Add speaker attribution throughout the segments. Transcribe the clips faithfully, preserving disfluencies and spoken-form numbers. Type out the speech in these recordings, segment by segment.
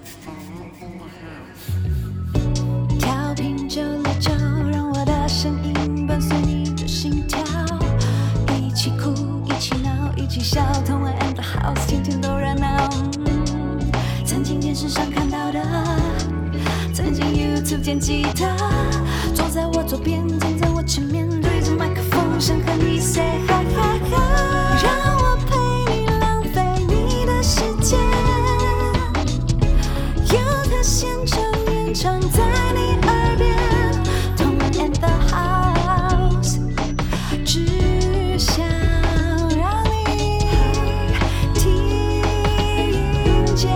Speaker 1: 调频九六九，让我的声音伴随你的心跳，一起哭，一起闹，一起笑，同玩 and the house， 天天都热闹。嗯，曾经电视上看到的，曾经 YouTube 见吉他，坐在我左边，站在我前面，对着麦克风，想和你 say hi hi hi， 让我陪你浪费你的时间，有他现场演唱在你耳边，同玩 and the house， 只想让你听见。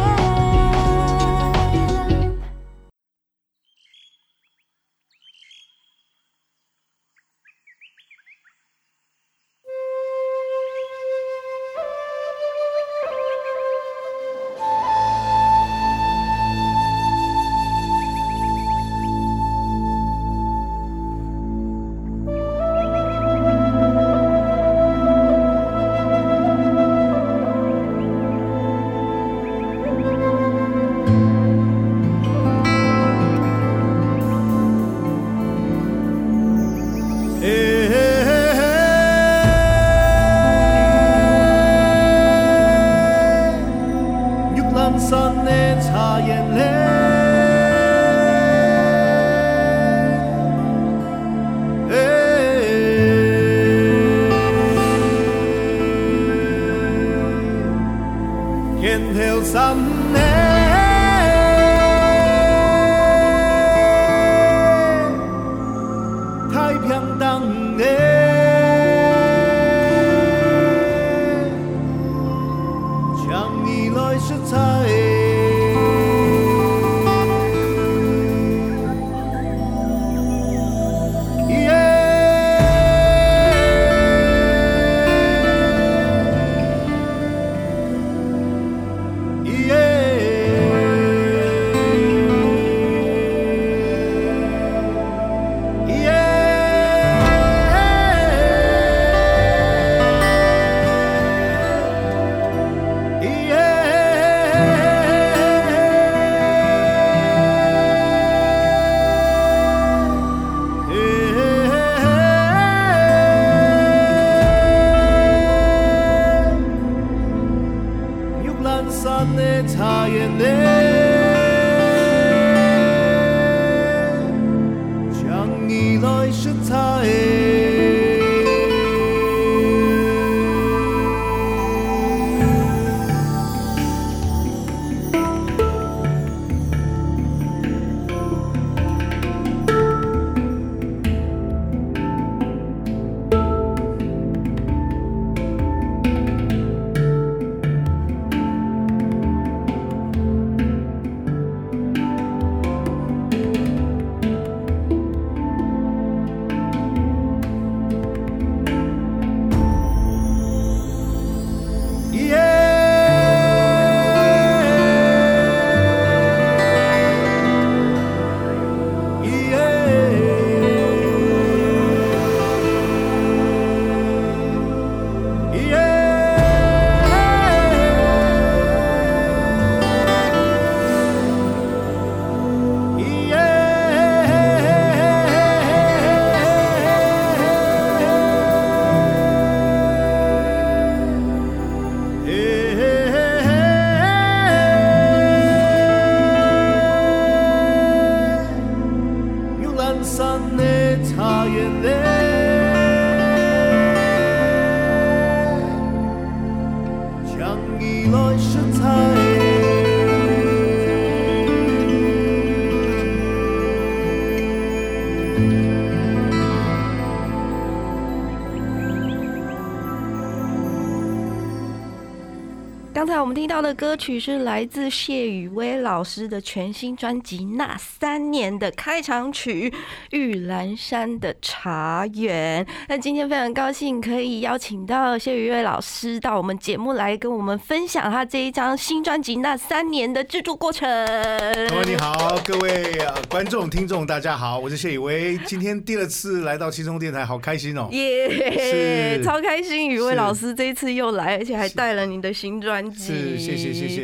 Speaker 2: 刚才我们听到的歌曲是来自谢宇威老师的全新专辑《那三年》的开场曲《玉兰山的茶园》。那今天非常高兴可以邀请到谢宇威老师到我们节目来跟我们分享他这一张新专辑《那三年》的制作过程。
Speaker 3: 各位你好，各位观众听众大家好，我是谢宇威，今天第二次来到轻松电台，好开心哦！
Speaker 2: 耶、yeah, ，超开心！宇威老师这一次又来，而且还带了你的新专辑。
Speaker 3: 是，谢谢谢谢。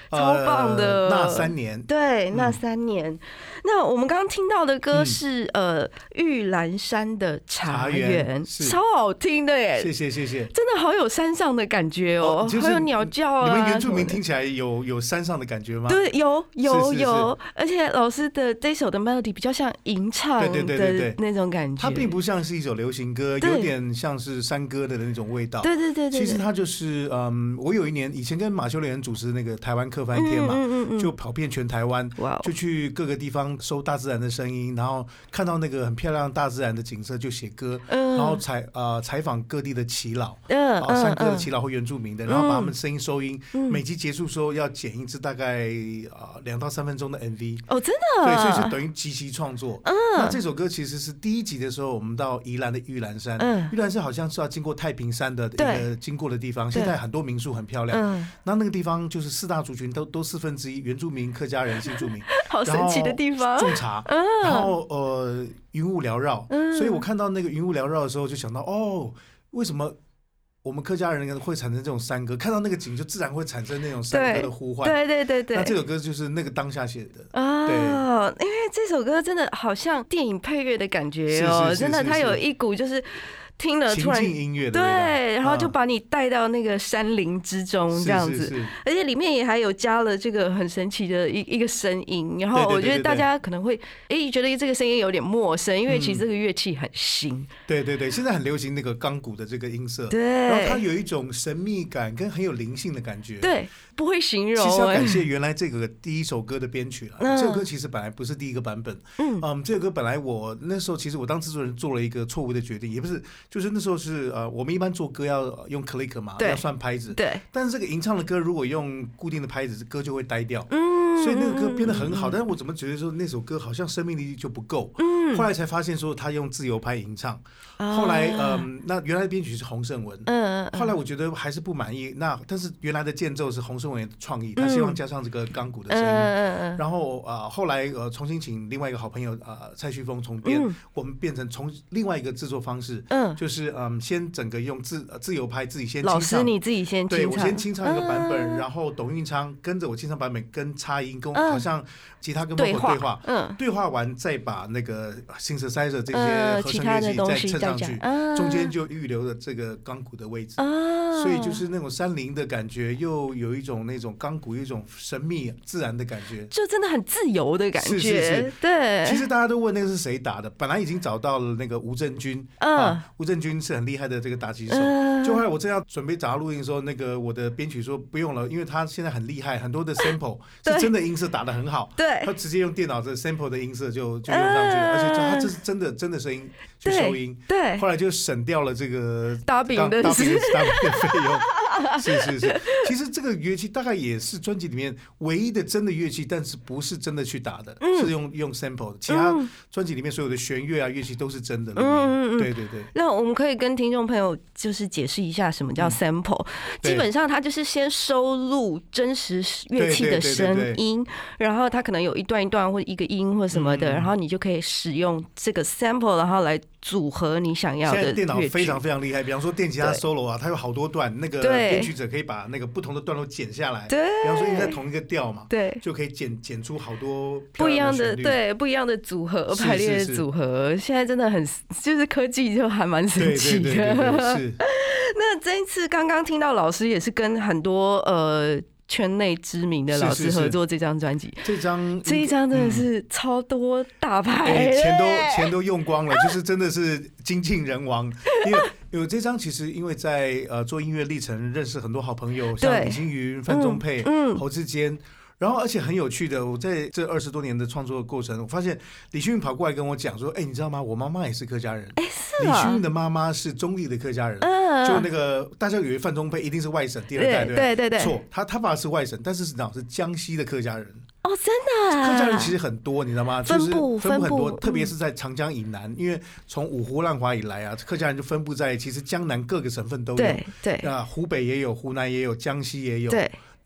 Speaker 2: 超棒的。
Speaker 3: 呃、那三年，
Speaker 2: 对，那三年。嗯、那我们刚刚听到的歌是、嗯、呃玉兰山的茶园，超好听的耶！
Speaker 3: 谢谢谢谢，
Speaker 2: 真的好有山上的感觉哦，哦就是、好有鸟叫啊。
Speaker 3: 你们原住民听起来有有山上的感觉吗？
Speaker 2: 对，有有有，而且老师的这首的 melody 比较像吟唱的那种感觉，
Speaker 3: 它并不像是一首流行歌，有点像是山歌的那种味道。
Speaker 2: 对对 对, 对, 对，
Speaker 3: 其实它就是嗯，我有一年以前跟马修连主持那个台湾客翻天嘛，嗯嗯嗯、就跑遍全台湾，就去各个地方收大自然的声音，然后看到那个很漂亮大自然的景色就写歌，嗯、然后采呃采访各地的耆老，嗯、呃，山歌的耆老或原住民的，然后把他们声音收音，嗯、每集结束说要剪一支大概呃两到三分钟的 M V。
Speaker 2: 哦，真的？
Speaker 3: 对，所以是等于即席创作。嗯，那这首歌其实是第一集的时候，我们到宜兰的玉兰山，嗯，玉兰山好像是要经过太平山的一个经过的地方，现在很多民宿很漂亮。嗯，那那个地方就是四大族群都都四分之一，原住民、客家人、新住民，
Speaker 2: 好神奇的地方。
Speaker 3: 种茶，嗯，然后呃云雾缭绕，嗯，所以我看到那个云雾缭绕的时候，就想到哦，为什么我们客家人会产生这种山歌？看到那个景就自然会产生那种山歌的呼唤。
Speaker 2: 对对对对。
Speaker 3: 那这首歌就是那个当下写的
Speaker 2: 啊，对，因为这首歌真的好像电影配乐的感觉哦，是是是是是真的，它有一股就是。听了突然
Speaker 3: 情境音乐的
Speaker 2: 对，然后就把你带到那个山林之中这样子，是是是而且里面也还有加了这个很神奇的一一个声音，然后我觉得大家可能会哎、欸、觉得这个声音有点陌生，因为其实这个乐器很新、嗯。
Speaker 3: 对对对，现在很流行那个钢鼓的这个音色，
Speaker 2: 对，
Speaker 3: 然后它有一种神秘感跟很有灵性的感觉，
Speaker 2: 对，不会形容。
Speaker 3: 其实要感谢原来这个第一首歌的编曲了、嗯，这首歌其实本来不是第一个版本，嗯嗯，这首歌本来我那时候其实我当制作人做了一个错误的决定，也不是，就是那时候是。呃，我们一般做歌要用 click 嘛，要算拍子。
Speaker 2: 对。
Speaker 3: 但是这个吟唱的歌，如果用固定的拍子，歌就会呆掉。嗯。所以那个歌编得很好，嗯、但是我怎么觉得说那首歌好像生命力就不够？嗯。后来才发现说他用自由拍吟唱。啊、后来，嗯，那原来的编曲是洪胜文。嗯, 嗯。后来我觉得还是不满意，那但是原来的间奏是洪胜文的创意，他希望加上这个钢鼓的声音。嗯嗯然后呃，后来呃重新请另外一个好朋友呃蔡旭峰重编、嗯，我们变成从另外一个制作方式，嗯，就是嗯先。整个用自自由拍，自己先清唱。
Speaker 2: 老师你自己先清唱，
Speaker 3: 对我先清唱一个版本，嗯、然后董运昌跟着我清唱版本跟插音，跟好像吉他跟包括对话，嗯，对话完再把那个 synthesizer 这些合成乐器再衬上去，嗯、中间就预留了这个钢鼓的位置，嗯、所以就是那种山林的感觉，又有一种那种钢鼓有一种神秘自然的感觉，
Speaker 2: 就真的很自由的感觉。
Speaker 3: 是是是，
Speaker 2: 对。
Speaker 3: 其实大家都问那个是谁打的，本来已经找到了那个吴正军，嗯、啊，吴正军是很厉害的这个打击手。嗯、就后来我正要准备找他录音的时候，那个我的编曲说不用了，因为他现在很厉害，很多的 sample 是真的音色打得很好，
Speaker 2: 对，
Speaker 3: 他直接用电脑这 sample 的音色就就用上去了，嗯、而且他这是真的真的声音去收音，
Speaker 2: 对，
Speaker 3: 后来就省掉了这个
Speaker 2: 打饼的
Speaker 3: 打饼的费用。是是是，其实这个乐器大概也是专辑里面唯一的真的乐器，但是不是真的去打的，嗯、是用用 sample 的。其他专辑里面所有的弦乐啊乐器都是真的。嗯嗯嗯，对对对。
Speaker 2: 那我们可以跟听众朋友就是解释一下什么叫 sample。嗯、基本上它就是先收录真实乐器的声音，然后它可能有一段一段或一个音或什么的，嗯、然后你就可以使用这个 sample， 然后来组合你想要的乐曲。
Speaker 3: 现在电脑非常非常厉害，比方说电吉他 solo 啊，它有好多段，那个编曲者可以把那个不同的段落剪下来。对，比方说因为在同一个调嘛，对，就可以剪剪出好多
Speaker 2: 不一样的对不一样的组合排列的组合。现在真的很就是科技就还蛮神奇的。
Speaker 3: 对对对对对是。
Speaker 2: 那这一次刚刚听到老师也是跟很多呃。圈内知名的老师合作这张专辑，
Speaker 3: 这张
Speaker 2: 这一张真的是超多大牌、
Speaker 3: 欸，钱都钱都用光了，就是真的是精尽人亡。因为有这张，其实因为在呃做音乐历程认识很多好朋友，像李星云、范仲佩、嗯、侯志坚。然后，而且很有趣的，我在这二十多年的创作的过程，我发现李星云跑过来跟我讲说：“哎，你知道吗？我妈妈也是客家人。
Speaker 2: 哎，是
Speaker 3: 李星云的妈妈是中立的客家人。嗯，就那个大家以为范仲佩一定是外省第二代，对
Speaker 2: 对对对，
Speaker 3: 错，他他爸是外省，但是是哪是江西的客家人。
Speaker 2: 哦，真的、啊，
Speaker 3: 客家人其实很多，你知道吗？
Speaker 2: 分布
Speaker 3: 就是分布很多，特别是在长江以南，因为从五胡乱华以来啊，客家人就分布在其实江南各个省份都有。
Speaker 2: 对对，
Speaker 3: 啊，湖北也有，湖南也有，江西也有。
Speaker 2: 对。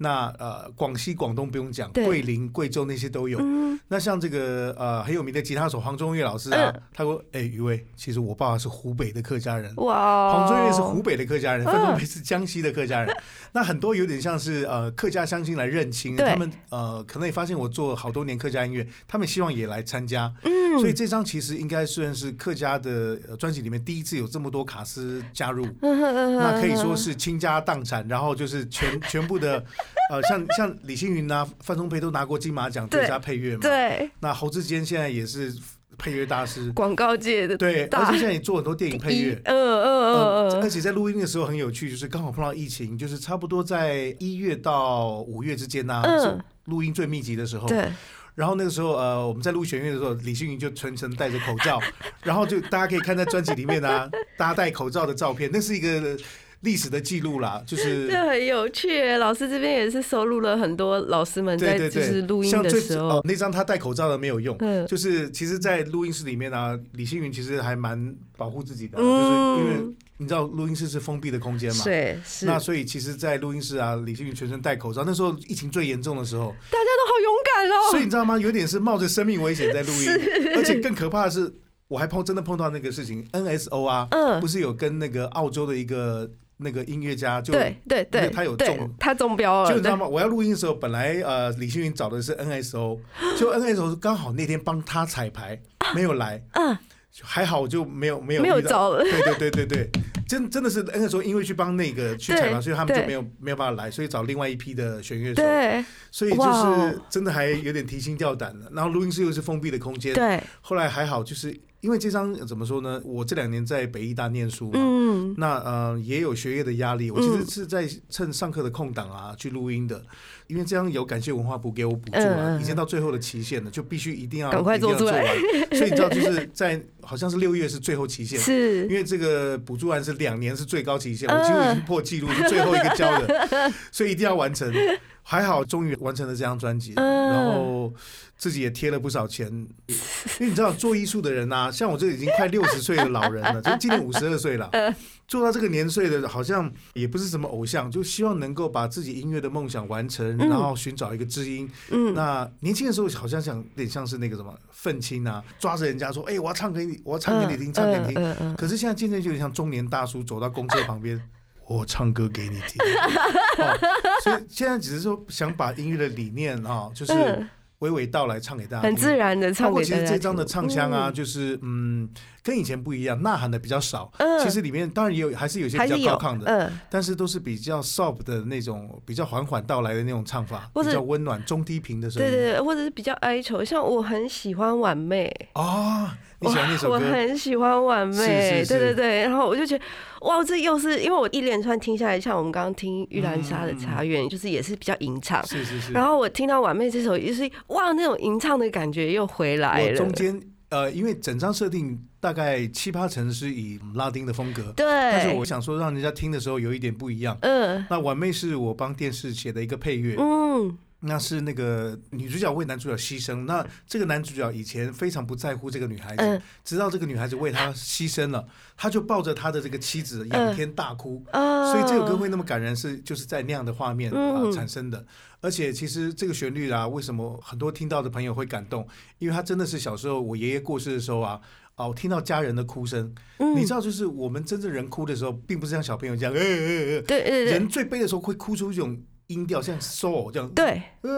Speaker 3: 那呃广西广东不用讲，桂林贵州那些都有、嗯、那像这个呃很有名的吉他手黄中岳老师啊、嗯、他说哎余威其实我爸爸是湖北的客家人，哇，黄中岳是湖北的客家人，范仲培是江西的客家人、嗯、那很多有点像是呃客家乡亲来认亲，他们呃可能也发现我做好多年客家音乐，他们希望也来参加，嗯，所以这张其实应该算是客家的专辑里面第一次有这么多卡司加入，那可以说是倾家荡产，然后就是全全部的呃像像李星云啊、范仲培都拿过金马奖最佳配乐嘛，对，那侯志坚现在也是配乐大师，广告界的，对，而且现在也做很多电影配乐，嗯嗯嗯嗯，而且在录音的时候很有趣，就是刚好碰到疫情，就是差不多在一月到五月之间呢、啊，是录音最密集的时候，对。然后那个时候，呃，我们在录弦乐的时候，李星云就全程戴着口罩，然后就大家可以看在专辑里面啊，大家戴口罩的照片，那是一个历史的记录啦，就是这很有趣。老师这边也是收录了很多老师们在就是录音的时候，呃、那张他戴口罩的没有用，嗯、就是其实，在录音室里面啊，李星云其实还蛮保护自己的，嗯、就是因为。你知道录音室是封闭的空间嘛？对，是。那所以其实，在录音室啊，李星云全身戴口罩。那时候疫情最严重的时候，大家都好勇敢哦。所以你知道吗？有点是冒着生命危险在录音，而且更可怕的是，我还碰真的碰到那个事情 ，N S O 啊，嗯，不是有跟那个澳洲的一个那个音乐家就对对对，他有中他中标了。就你知道吗？我要录音的时候，本来呃李星云找的是 N S O， 就 N S O 刚好那天帮他彩排，没有来。嗯。还好我就没有没有没有找了，对对对对对，真真的是那个时候因为去帮那个去采访，所以他们就没有没有办法来，所以找另外一批的弦乐手，对，所以就是真的还有点提心吊胆的。然后录音室又是封闭的空间，对，后来还好，就是因为这张怎么说呢？我这两年在北艺大念书嘛，嗯，那呃也有学业的压力，我其实是在趁上课的空档啊去录音的。因为这样有感谢文化部给我补助了，已经到最后的期限了，就必须一定要赶快做出来。所以你知道，就是在好像是六月是最后期限，是因为这个补助案是两年是最高期限，我几乎已经破纪录，是最后一个交的，所以一定要完成。还好，终于完成了这张专辑，然后自己也贴了不少钱。因为你知道，做艺术的人啊，像我这已经快六十岁的老人了，就今年五十二岁了。做到这个年岁的，好像也不是什么偶像，就希望能够把自己音乐的梦想完成，然后寻找一个知音。嗯，那年轻的时候好像想有点像是那个什么愤青啊，抓着人家说：“哎、欸，我要唱给你，我要唱给你听，唱给你听。嗯”嗯嗯、可是现在渐渐就有点像中年大叔走到公车旁边。我唱歌给你听、哦，所以现在只是说想把音乐的理念啊、哦，就是娓娓道来唱给大家听，很自然的唱给大家听。包括其实这张的唱腔啊，嗯、就是嗯，跟以前不一样，呐喊的比较少。嗯、其实里面当然也有，还是有些比较高亢的，嗯、但是都是比较 soft 的那种，比较缓缓道来的那种唱法，比较温暖、中低频的声音。对对对，或者是比较哀愁，像我很喜欢晚妹哦。你喜欢那首歌？我很喜欢晚妹，是是是对对对，然后我就觉得，哇，这又是因为我一连串听下来，像我们刚刚听玉兰莎的《茶园》，就是也是比较吟唱，是是是。然后我听到晚妹这首，就是哇，那种吟唱的感觉又回来了。我中间呃，因为整张设定大概七八成是以拉丁的风格，对。但是我想说，让人家听的时候有一点不一样。嗯。那晚妹是我帮电视写的一个配乐。嗯。那是那个女主角为男主角牺牲，那这个男主角以前非常不在乎这个女孩子，嗯、直到这个女孩子为他牺牲了，他就抱着他的这个妻子仰天大哭，嗯、所以这首歌会那么感人，是就是在那样的画面、呃、产生的。而且其实这个旋律啊，为什么很多听到的朋友会感动？因为他真的是小时候我爷爷过世的时候啊。哦，听到家人的哭声，嗯、你知道，就是我们真正人哭的时候，并不是像小朋友这样，呃呃呃，对对对，人最悲的时候会哭出一种音调，像 soul 这样，对。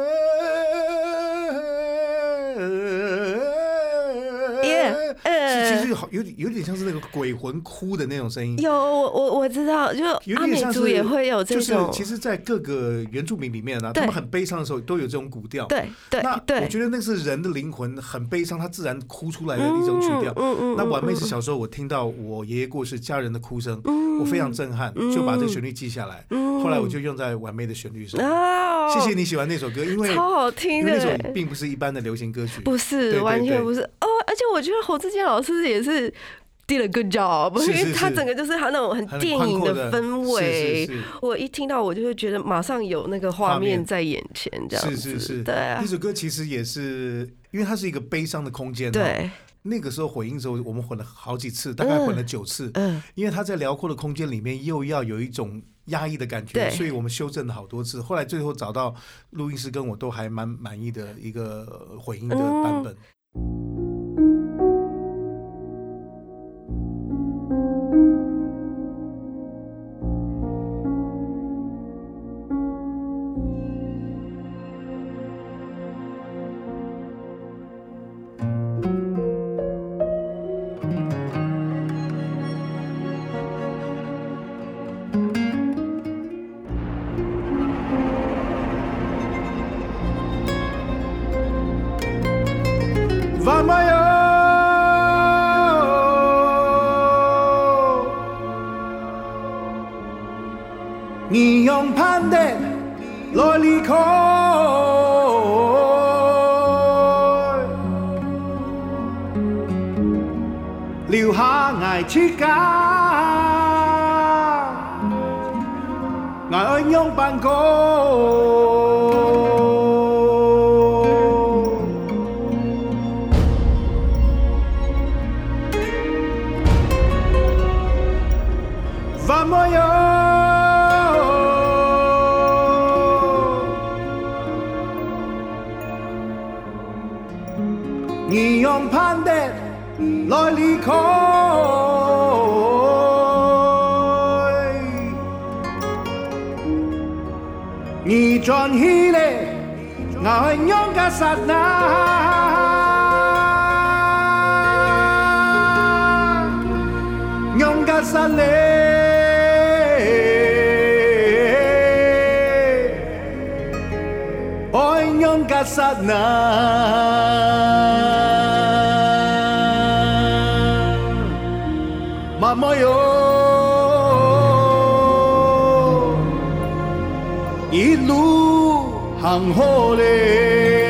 Speaker 3: 其实有点有点像是那个鬼魂哭的那种声音。有我我我知道，就阿美族也会有这种。就是其实，在各个原住民里面呢、啊，他们很悲伤的时候都有这种古调。对对。那我觉得那是人的灵魂很悲伤，他自然哭出来的一种曲调。嗯嗯。那晚妹是小时候我听到我爷爷过世家人的哭声，我非常震撼，就把这个旋律记下来。后来我就用在晚妹的旋律上。谢谢你喜欢那首歌，因为超好听的。因为那首并不是一般的流行歌曲，不是，完全不是哦。而且我觉得侯志坚老师也是 did a good job， 因为他整个就是他那种很电影的氛围，我一听到我就会觉得马上有那个画面在眼前，这样子。是是是，对啊。那首歌其实也是，因为它是一个悲伤的空间，对。那个时候混音的时候，我们混了好几次，大概混了九次。嗯，因为他在辽阔的空间里面，又要有一种压抑的感觉，所以我们修正了好多次，后来最后找到录音师跟我都还蛮满意的一个混音的版本。你用盼的來離開，留下愛之家，愛愛用伴歌。你用盼的來離開，你轉起來，我用個剎那，用個剎那，我用個剎那。Mamoyo ilu hang hole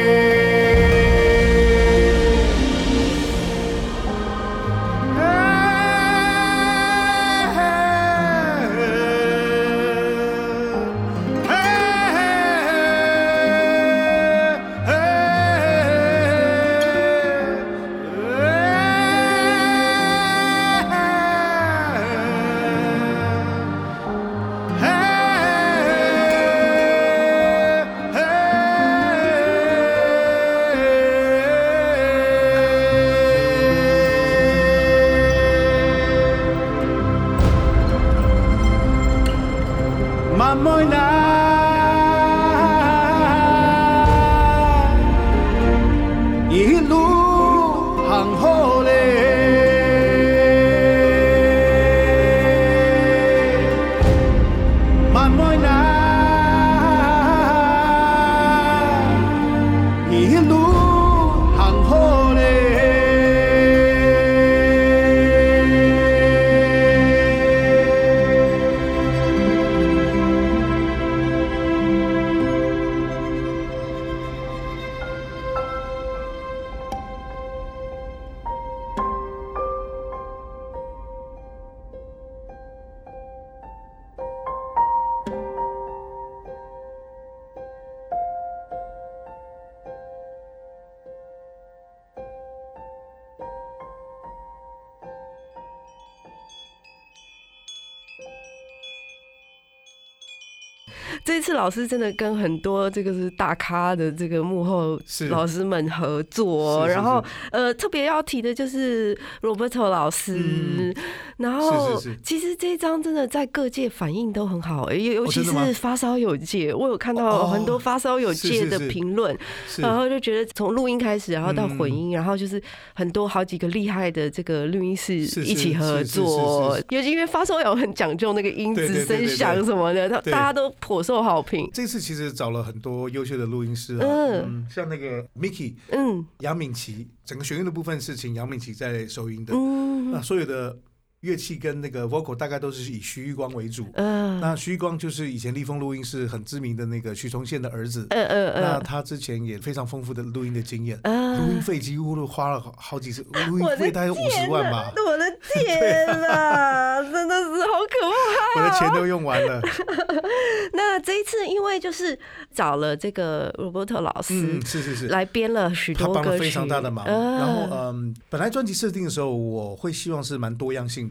Speaker 2: 这次老师真的跟很多这个是大咖的这个幕后老师们合作，是是是，然后呃特别要提的就是 Roberto 老师，嗯、然后是是是，其实这一张真的在各界反应都很好，尤尤其是发烧友界，我有看到很多发烧友界的评论，然后就觉得从录音开始，然后到混音，嗯、然后就是很多好几个厉害的这个录音室一起合作，尤其因为发烧友很讲究那个音质、声响什么的，大家都颇受好评。
Speaker 3: 这次其实找了很多优秀的录音师、啊，嗯，嗯像那个 Mickey， 嗯，杨敏琪，整个弦乐的部分是请杨敏琪在收音的，嗯，那所有的乐器跟那个 vocal 大概都是以徐玉光为主，嗯，那徐玉光就是以前立丰录音室很知名的那个许崇宪的儿子，嗯嗯嗯，那他之前也非常丰富的录音的经验，嗯，录音费几乎都花了好几次，录音费大概五十万吧，
Speaker 2: 我的天啊，真的是好可怕，
Speaker 3: 我的钱都用完了。
Speaker 2: 那这一次因为就是找了这个 Roberto 老师，
Speaker 3: 嗯，是是是，
Speaker 2: 来编了许多歌曲，
Speaker 3: 他帮了非常大的忙。嗯、然后嗯，本来专辑设定的时候，我会希望是蛮多样性的。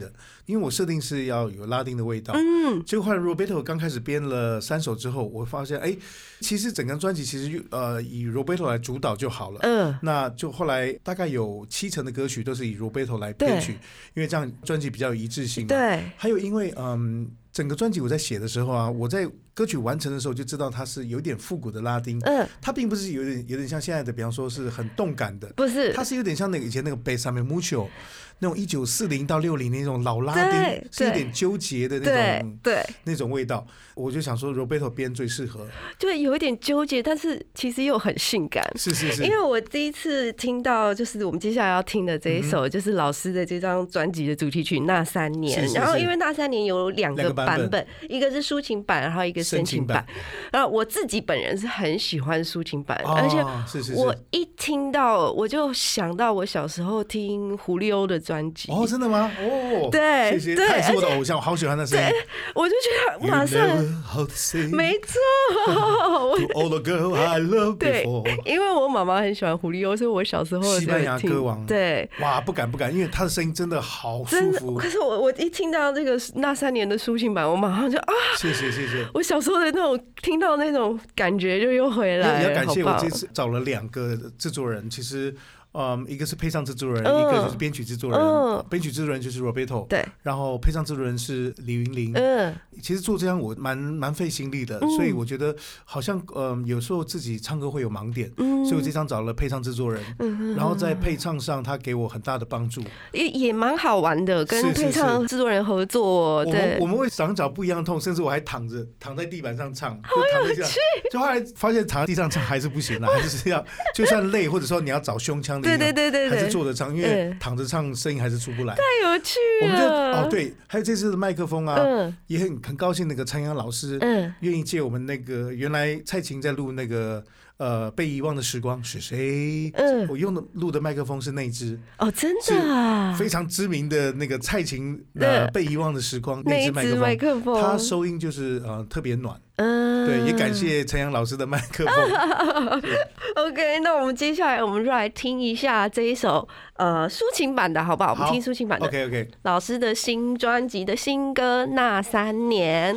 Speaker 3: 的，因为我设定是要有拉丁的味道。嗯，结果后来 Roberto 刚开始编了三首之后，我发现哎，其实整张专辑其实呃以 Roberto 来主导就好了。嗯，那就后来大概有七成的歌曲都是以 Roberto 来编曲，因为这样专辑比较有一致性嘛。
Speaker 2: 对，
Speaker 3: 还有因为嗯。整个专辑我在写的时候啊，我在歌曲完成的时候就知道它是有点复古的拉丁，嗯，它并不是有点有点像现在的，比方说是很动感的，
Speaker 2: 不是，
Speaker 3: 它是有点像那个以前那个 Bésame Mucho 那种一九四零到六零那种老拉丁，是有点纠结的那种，对，对那种味道。我就想说 Roberto 编最适合，
Speaker 2: 就有一点纠结，但是其实又很性感，
Speaker 3: 是是是。
Speaker 2: 因为我第一次听到就是我们接下来要听的这一首，嗯、就是老师的这张专辑的主题曲《那三年》是是是，然后因为《那三年》有两个版本，一个是抒情版，然后一个深情版。然后我自己本人是很喜欢抒情版，哦、而且我一听到我就想到我小时候听胡利欧的专辑。
Speaker 3: 哦，真的吗？哦，
Speaker 2: 对，
Speaker 3: 谢谢，他也是我的偶像，我好喜欢他声音。
Speaker 2: 对，我就觉得马上。没错
Speaker 3: ，all the girl I love before。
Speaker 2: 对，因为我妈妈很喜欢胡利欧，所以我小时候
Speaker 3: 西班牙歌王。
Speaker 2: 对，
Speaker 3: 哇，不敢不敢，因为他的声音真的好舒服。
Speaker 2: 可是我我一听到这个那三年的抒情版，我马上就啊，
Speaker 3: 谢谢谢谢。
Speaker 2: 我小时候的那种听到那种感觉就又回来了。
Speaker 3: 也要感谢我这次找了两个制作人，其实。嗯，一个是配唱制作人，嗯、一个就是编曲制作人。编、嗯、曲制作人就是 Roberto， 对，然后配唱制作人是李云林。嗯，其实做这样我蛮蛮费心力的、嗯，所以我觉得好像嗯有时候自己唱歌会有盲点，嗯、所以我这张找了配唱制作人，嗯、然后在配唱上他给我很大的帮助，
Speaker 2: 也也蛮好玩的，跟配唱制作人合作。
Speaker 3: 是是是对，我们我们会想找不一样的痛，甚至我还躺着躺在地板上唱，就躺在地上，就后来发现躺在地上唱还是不行了，还是要就算累或者说你要找胸腔的。
Speaker 2: 对对对对对，
Speaker 3: 还是坐着唱，因为躺着唱声音还是出不来。
Speaker 2: 太有趣了！
Speaker 3: 我们就哦对，还有这次的麦克风啊，嗯、也很很高兴那个陈阳老师，嗯，愿意借我们那个原来蔡琴在录那个呃被遗忘的时光是谁？嗯，我用的录的麦克风是那支哦，真的啊，非常知名的那个蔡琴呃被遗忘的时光那支麦克风，麦克风它收音就是呃特别暖。嗯，对，也感谢陈阳老师的麦克风。
Speaker 2: OK， 那我们接下来我们就来听一下这一首呃抒情版的，好不好？我们听抒情版的。
Speaker 3: OK OK，
Speaker 2: 老师的新专辑的新歌《那三年》。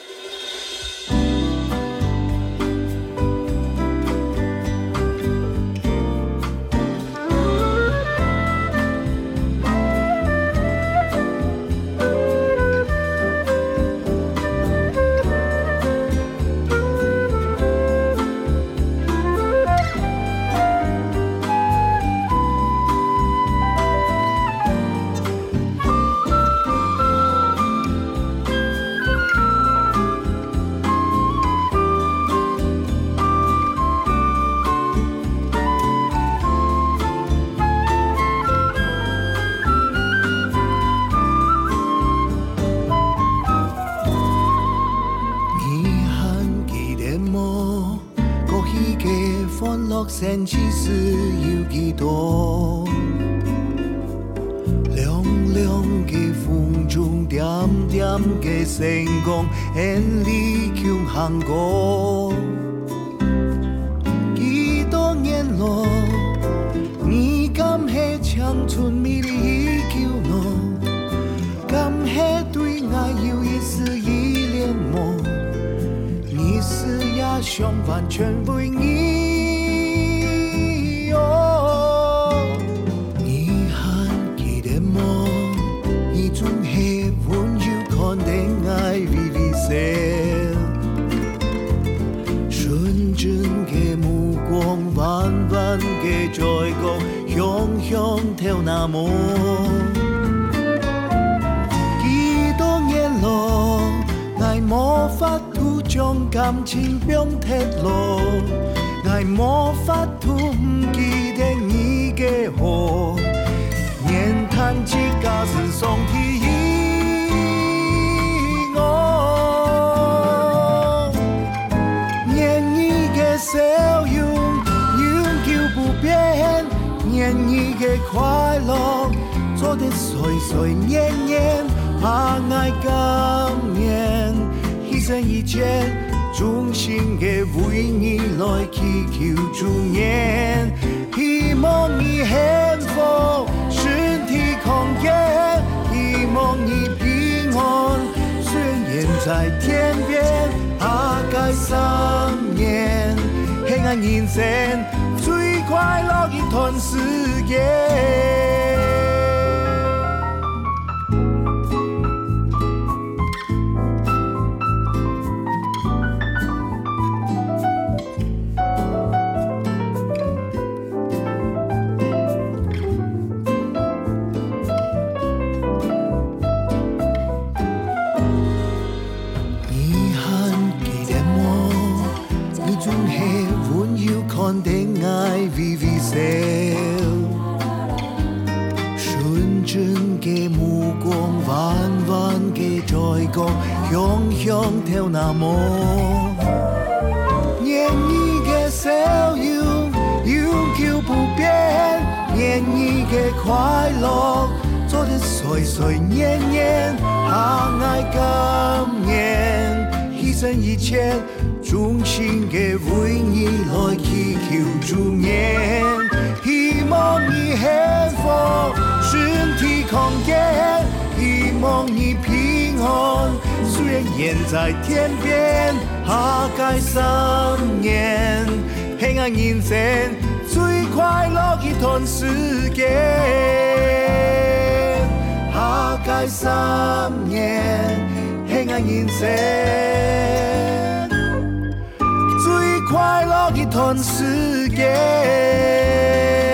Speaker 4: 千其事有幾多？涼涼嘅風中，點點嘅星光，眼裡強行過。幾多年咯，你敢係青春美麗依舊我？敢係對愛有一絲依戀麼？你是也想完全為你。純真嘅目光，彎彎嘅嘴角，香香跳那麼。幾多年咯，我冇法度將感情變鐵路，我冇法度唔記得你嘅好，年談之家是送提議。笑容永久不變，年年嘅快樂做得歲歲年年，怕愛感念，犧牲一切，衷心嘅為你來祈求祝願，希望你幸福，身體康健，希望你生最快乐一段时间。微微笑，纯真的目光，弯弯的嘴角，香香跳那么，黏腻的笑容，永久不变，黏腻的快乐，做得岁岁年年，相爱感念，牺牲一切。衷心嘅为你来祈求祝愿，希望你幸福，身体康健，希望你平安。虽然远在天边，下界三年，幸福人生最快乐一段时间。下界三年，幸福人生。快乐一段时间。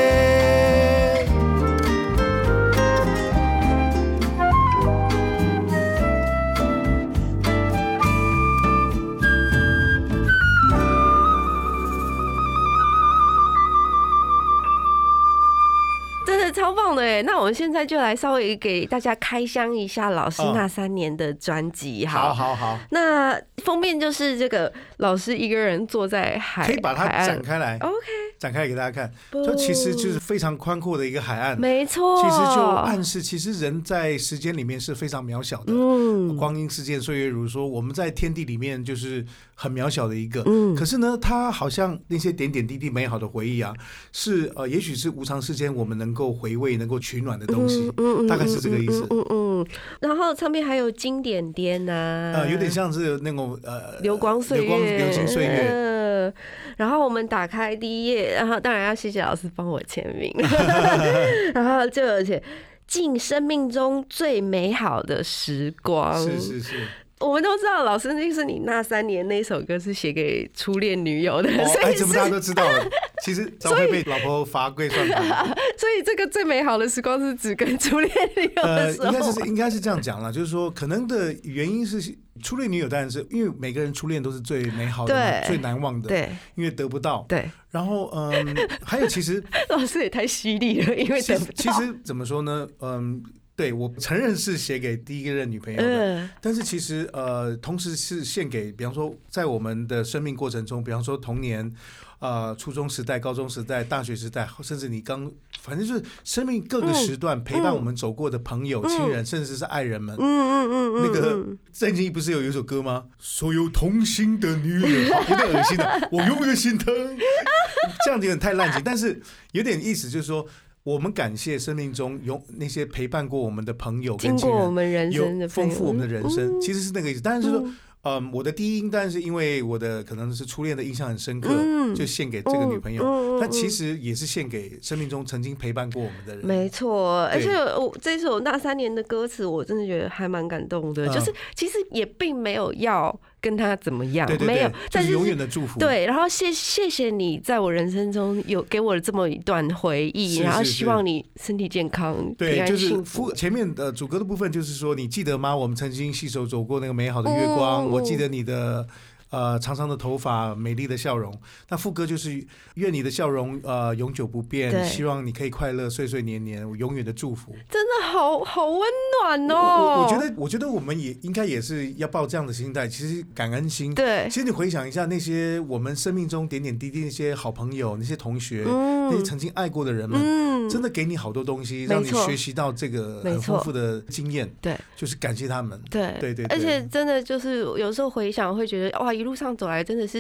Speaker 2: 超棒的哎！那我们现在就来稍微给大家开箱一下老师那三年的专辑，
Speaker 3: 好，好，好。
Speaker 2: 那封面就是这个老师一个人坐在海，
Speaker 3: 可以把它展开来
Speaker 2: ，OK，
Speaker 3: 展开给大家看。就其实就是非常宽阔的一个海岸，
Speaker 2: 没错。
Speaker 3: 其实就暗示，其实人在时间里面是非常渺小的。嗯，光阴似箭，岁月如梭。我们在天地里面就是很渺小的一个。嗯，可是呢，它好像那些点点滴滴美好的回忆啊，是呃，也许是无常世间我们能够回味、能够取暖的东西。嗯嗯，大概是这个意思。
Speaker 2: 嗯 嗯, 嗯, 嗯。然后上面还有经典颠啊，
Speaker 3: 呃，有点像是那种呃
Speaker 2: 流光岁月、
Speaker 3: 流光流金岁月。
Speaker 2: 呃然后我们打开第一页，然后当然要谢谢老师帮我签名，然后就而且敬生命中最美好的时光，
Speaker 3: 是是是。
Speaker 2: 我们都知道，老师就是你那三年那首歌是写给初恋女友的，
Speaker 3: 哦、
Speaker 2: 所以
Speaker 3: 哎，怎么大家都知道了？其实早会被老婆罚跪算盘。
Speaker 2: 所以这个最美好的时光是指跟初恋女友的时候，
Speaker 3: 呃、应该是应该是这样讲了，就是说可能的原因是初恋女友，当然是因为每个人初恋都是最美好的、最难忘的，
Speaker 2: 对，
Speaker 3: 因为得不到，
Speaker 2: 对。
Speaker 3: 然后嗯，还有其实
Speaker 2: 老师也太犀利了，因为得不到。
Speaker 3: 其实怎么说呢？嗯。对，我承认是写给第一个任女朋友的，嗯、但是其实呃，同时是献给，比方说在我们的生命过程中，比方说童年、呃，初中时代、高中时代、大学时代，甚至你刚，反正就是生命各个时段陪伴我们走过的朋友、嗯、亲人，甚至是爱人们。嗯嗯嗯那个郑经义不是有一首歌吗？所有同行的女人，有点恶心的，我永远心疼。这样有点太滥情，但是有点意思，就是说。我们感谢生命中有那些陪伴过我们的朋友跟亲人，
Speaker 2: 经过我们人生的
Speaker 3: 丰富我们的人生，嗯、其实是那个意思。但是说，嗯，嗯我的第一音，但是因为我的可能是初恋的印象很深刻，嗯、就献给这个女朋友。嗯、但其实也是献给生命中曾经陪伴过我们的人。
Speaker 2: 没错，而且我这首那三年的歌词，我真的觉得还蛮感动的。嗯、就是其实也并没有要。跟他怎么样？
Speaker 3: 对对对
Speaker 2: 没有，
Speaker 3: 但是永远的祝福。
Speaker 2: 对，然后谢谢谢你在我人生中有给我这么一段回忆，
Speaker 3: 是是是
Speaker 2: 然后希望你身体健康，
Speaker 3: 对，
Speaker 2: 平安幸福。
Speaker 3: 就是前面的主歌的部分，就是说你记得吗？我们曾经携手走过那个美好的月光，嗯、我记得你的。呃，长长的头发，美丽的笑容。那副歌就是愿你的笑容呃永久不变，希望你可以快乐，岁岁年年，永远的祝福。
Speaker 2: 真的好好温暖哦！
Speaker 3: 我, 我, 我觉得，我觉得我们也应该也是要抱这样的心态，其实感恩心。
Speaker 2: 对，
Speaker 3: 其实你回想一下那些我们生命中点点滴滴那些好朋友、那些同学、嗯、那些曾经爱过的人们，嗯、真的给你好多东西，让你学习到这个很丰富的经验。对，就是感谢他们。
Speaker 2: 对，
Speaker 3: 对对对，
Speaker 2: 而且真的就是有时候回想会觉得哇。一路上走来真的是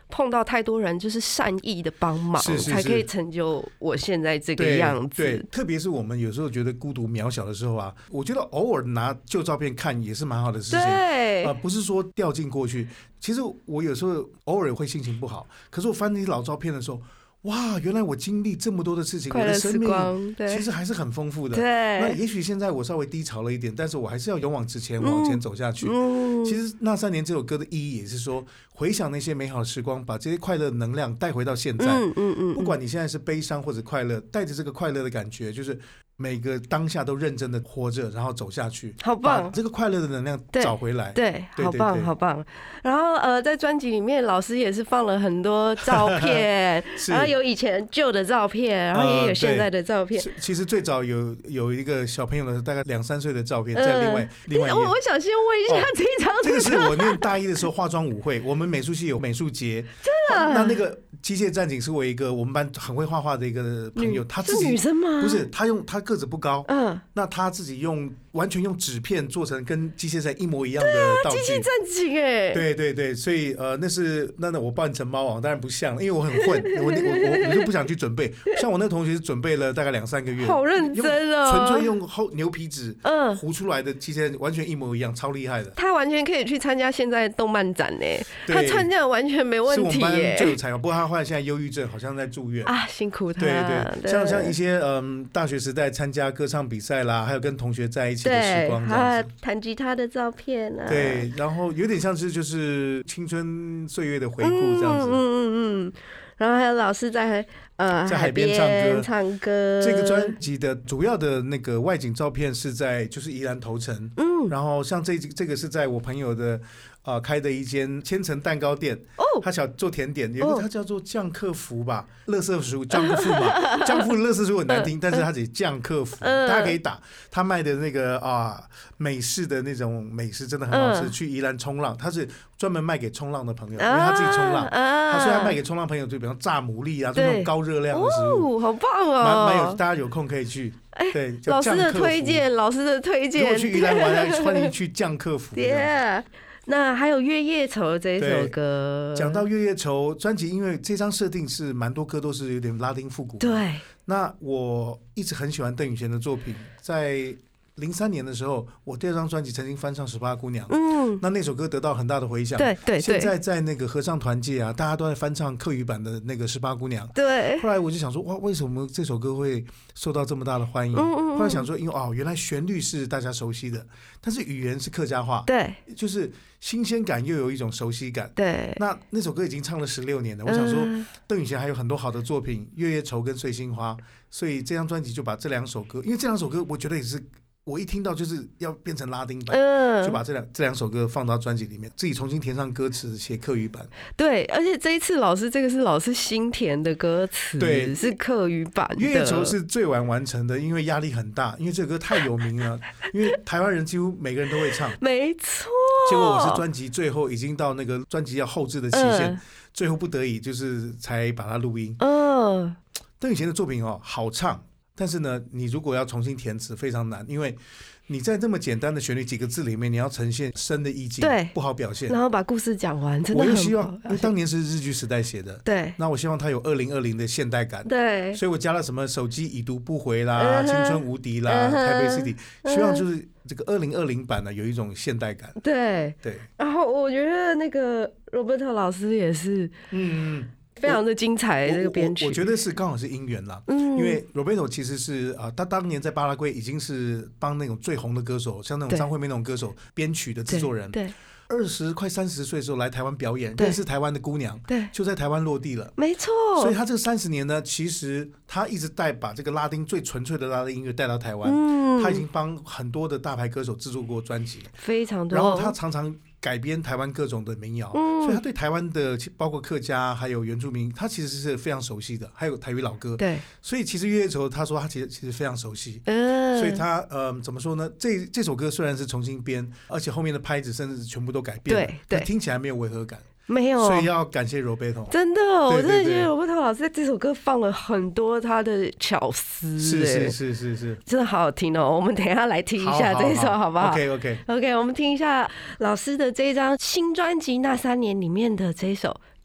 Speaker 2: 碰到太多人就是善意的帮忙，
Speaker 3: 是是是
Speaker 2: 才可以成就我现在这个
Speaker 3: 对
Speaker 2: 样子。
Speaker 3: 对，特别是我们有时候觉得孤独渺小的时候啊，我觉得偶尔拿旧照片看也是蛮好的事情。
Speaker 2: 对，
Speaker 3: 呃，不是说掉进过去。其实我有时候偶尔会心情不好，可是我翻那些老照片的时候，哇，原来我经历这么多的事情，我的生命其实还是很丰富的。
Speaker 2: 对，
Speaker 3: 那也许现在我稍微低潮了一点，但是我还是要勇往直前，往前走下去。嗯，其实那三年这首歌的意义也是说，回想那些美好的时光，把这些快乐能量带回到现在。嗯嗯嗯，不管你现在是悲伤或者快乐，带着这个快乐的感觉，就是每个当下都认真的活着，然后走下去，
Speaker 2: 好棒！
Speaker 3: 把这个快乐的能量找回来，
Speaker 2: 对，对，好棒，好棒。然后呃，在专辑里面，老师也是放了很多照片，然后有以前旧的照片，然后也有现在的照片。
Speaker 3: 呃、其实最早有有一个小朋友的大概两三岁的照片，在另外、嗯、另外一页。
Speaker 2: 我我想先问一下、哦、这一张，
Speaker 3: 这个是我念大一的时候化妆舞会，我们美术系有美术节，
Speaker 2: 真的。
Speaker 3: 那那个机械战警是我一个我们班很会画画的一个朋友，他自己
Speaker 2: 是女生吗？
Speaker 3: 不是，他用他个子不高，嗯，那他自己用完全用纸片做成跟机械战一模一样的道具，
Speaker 2: 机械战警哎，
Speaker 3: 对对对，所以呃那是那那我扮成猫王，当然不像，因为我很混，我我我我就不想去准备，像我那同学是准备了大概两三个月，
Speaker 2: 好认真哦，
Speaker 3: 纯粹用厚牛皮纸嗯糊出来的机械完全一模一样，超厉害的。
Speaker 2: 他完全可以去参加现在的动漫展呢，他参加完全没问题耶，
Speaker 3: 是我们班最有才华，不过他后来现在忧郁症，好像在住院
Speaker 2: 啊，辛苦他。
Speaker 3: 对 对, 对，像像一些嗯大学时代参加歌唱比赛啦，还有跟同学在一起的时光这样子，
Speaker 2: 弹吉他的照片啊，
Speaker 3: 对，然后有点像是就是青春岁月的回顾这样子，嗯嗯嗯，
Speaker 2: 然后还有老师在呃
Speaker 3: 在海边唱歌，
Speaker 2: 唱歌。
Speaker 3: 这个专辑的主要的那个外景照片是在就是宜兰头城，嗯，然后像这这个是在我朋友的。呃、开的一间千层蛋糕店，哦，他想做甜点，有一个他叫做酱客服吧，垃圾食物酱客服嘛，酱客服垃圾食物很难听，但是他只酱客服，大家可以打。他卖的那个啊美式的那种美食真的很好吃，去宜兰冲浪，他是专门卖给冲浪的朋友，因为他自己冲浪，他所以他卖给冲浪朋友，就比方炸牡蛎啊，就那种高热量的食物，
Speaker 2: 哦，好棒哦，
Speaker 3: 蛮蛮有，大家有空可以去。对，
Speaker 2: 老师的推荐，老师的推荐，
Speaker 3: 如果去宜兰玩，欢迎去酱客服。
Speaker 2: Yeah。那还有《月夜愁》这一首歌，
Speaker 3: 讲到《月夜愁》专辑，因为这张设定是蛮多歌都是有点拉丁复古。
Speaker 2: 对，
Speaker 3: 那我一直很喜欢邓雨贤的作品，在零三年的时候，我第二张专辑曾经翻唱《十八姑娘》，嗯，那那首歌得到很大的回响。
Speaker 2: 对对对。
Speaker 3: 现在在那个合唱团界啊，大家都在翻唱客语版的那个《十八姑娘》。
Speaker 2: 对。
Speaker 3: 后来我就想说，哇，为什么这首歌会受到这么大的欢迎？嗯嗯嗯。后来想说，因为哦，原来旋律是大家熟悉的，但是语言是客家话。
Speaker 2: 对。
Speaker 3: 就是新鲜感又有一种熟悉感。
Speaker 2: 对。
Speaker 3: 那那首歌已经唱了十六年了，我想说，邓雨贤还有很多好的作品，《月夜愁》跟《碎心花》，所以这张专辑就把这两首歌，因为这两首歌我觉得也是。我一听到就是要变成拉丁版，嗯，就把这两这两首歌放到专辑里面，自己重新填上歌词，写客语版。
Speaker 2: 对，而且这一次老师这个是老师新填的歌词，对，是客语版的。
Speaker 3: 月夜愁是最晚完成的，因为压力很大，因为这个歌太有名了，因为台湾人几乎每个人都会唱。
Speaker 2: 没错。
Speaker 3: 结果我是专辑最后已经到那个专辑要后制的期限，嗯，最后不得已就是才把它录音。嗯，邓雨贤的作品哦，好唱。但是呢，你如果要重新填词非常难，因为你在这么简单的旋律几个字里面，你要呈现深的意境，
Speaker 2: 对，
Speaker 3: 不好表现。
Speaker 2: 然后把故事讲完，真的很
Speaker 3: 我又希望，因为当年是日据时代写的，
Speaker 2: 对，
Speaker 3: 那我希望它有二零二零的现代感，
Speaker 2: 对，
Speaker 3: 所以我加了什么手机已读不回啦，嗯，青春无敌啦，嗯，台北 City，嗯，希望就是这个二零二零版呢有一种现代感，
Speaker 2: 对
Speaker 3: 对。
Speaker 2: 然后我觉得那个罗伯特老师也是，嗯。非常的精彩，这个编曲，
Speaker 3: 我觉得是刚好是因缘啦。嗯，因为 Roberto 其实是啊，他当年在巴拉圭已经是帮那种最红的歌手，像那种张惠妹那种歌手编曲的制作人。
Speaker 2: 对，
Speaker 3: 二十快三十岁的时候来台湾表演，认识台湾的姑娘，
Speaker 2: 对，
Speaker 3: 就在台湾落地了。
Speaker 2: 没错。
Speaker 3: 所以他这三十年呢，其实他一直带把这个拉丁最纯粹的拉丁音乐带到台湾。嗯，他已经帮很多的大牌歌手制作过专辑，
Speaker 2: 非常多。
Speaker 3: 然后他常常改编台湾各种的民谣，嗯，所以他对台湾的包括客家还有原住民，他其实是非常熟悉的，还有台语老歌。
Speaker 2: 对，
Speaker 3: 所以其实月夜愁他说他其实其实非常熟悉，嗯，所以他呃怎么说呢？这这首歌虽然是重新编，而且后面的拍子甚至全部都改变了，
Speaker 2: 对对，
Speaker 3: 听起来没有违和感。
Speaker 2: 没有，
Speaker 3: 所以要感谢 Roberto，
Speaker 2: 真的，我真的觉得 Roberto 老师在这首歌放了很多他的巧思，
Speaker 3: 是是是是是，
Speaker 2: 真的好好听哦。我们等一下来听一下这一首，好不好
Speaker 3: ？OK OK
Speaker 2: OK， 我们听一下老师的这一张新专辑《那三年》里面的这一首《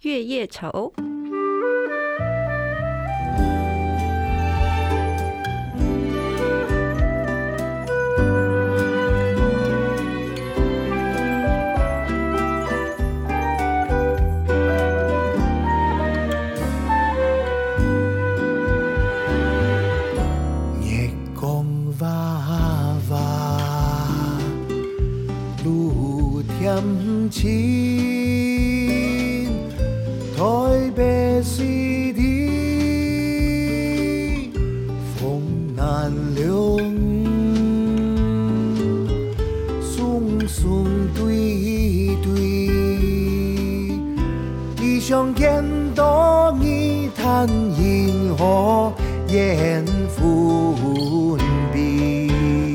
Speaker 2: 月夜愁》。
Speaker 4: 情台北水的风难留，松松对对，地上见到你谈银河烟分比。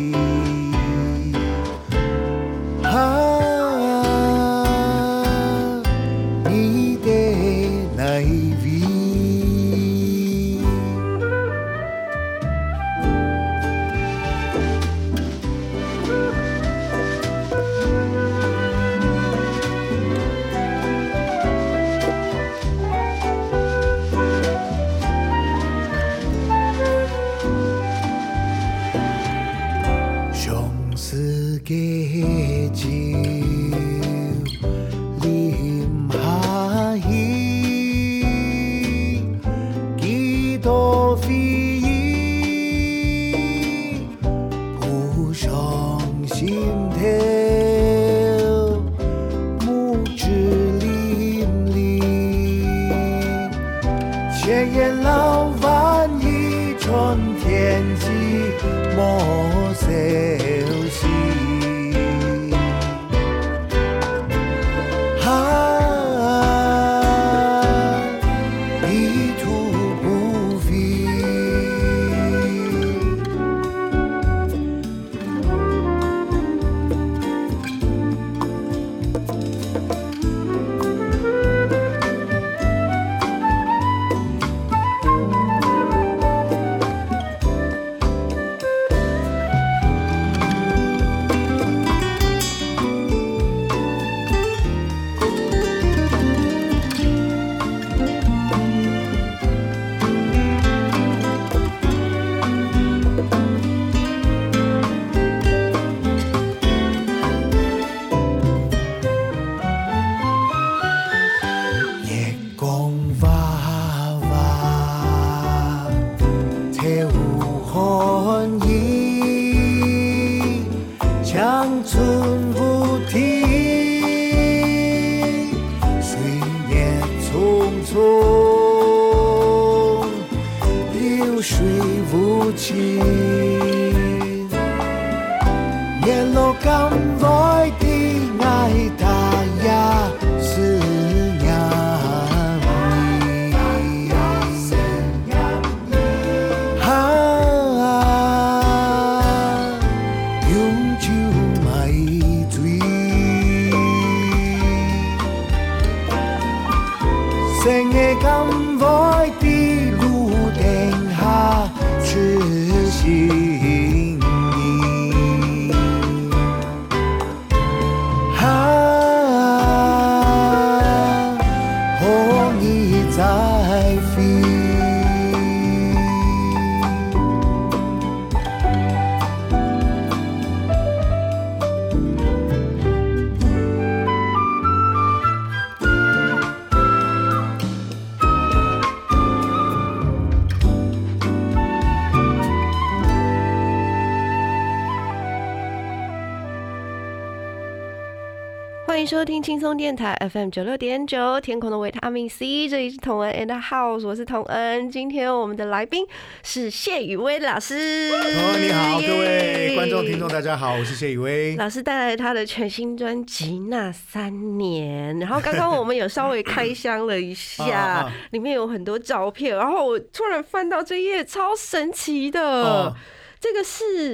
Speaker 2: 欢迎收听轻松电台 F M 九六点九，天空的维他命 C， 这里是同恩 and house， 我是同恩。今天我们的来宾是谢宇威老师。
Speaker 3: 哦，你好，各位观众听众，大家好，我是谢宇威
Speaker 2: 老师，带来他的全新专辑《那三年》。然后刚刚我们有稍微开箱了一下，里面有很多照片，然后我突然翻到这页，超神奇的。哦，这个是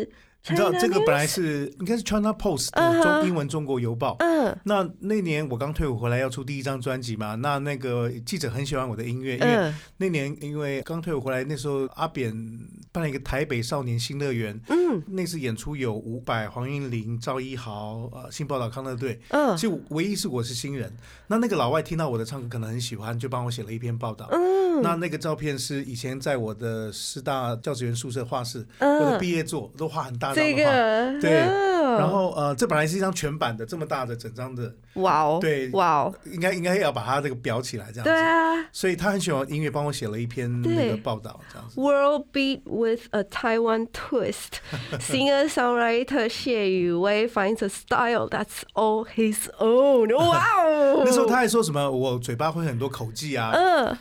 Speaker 3: 你知道这个本来是应该是 China Post 的中英文中国邮报。嗯，那那年我刚退伍回来要出第一张专辑嘛，那那个记者很喜欢我的音乐，因为那年因为刚退伍回来，那时候阿扁办了一个台北少年新乐园，嗯，那次演出有伍佰、黄韵玲、赵一豪、呃新报道康乐队，嗯，其实唯一是我是新人，那那个老外听到我的唱歌可能很喜欢，就帮我写了一篇报道。嗯，那那个照片是以前在我的师大教职员宿舍画室，嗯，我的毕业作都画很大张的画，这个对，然后呃，这本来是一张全版的，这么大的整张的，哇哦，对，哇哦，应该应该要把它这个裱起来这样子，对啊，所以他很喜欢音乐，帮我写了一篇那个报道这样子。
Speaker 2: World Beat with a Taiwan Twist, singer-songwriter 谢宇威 finds a style that's all his own。哇哦！
Speaker 3: 那时候他还说什么，我嘴巴会很多口技啊。嗯。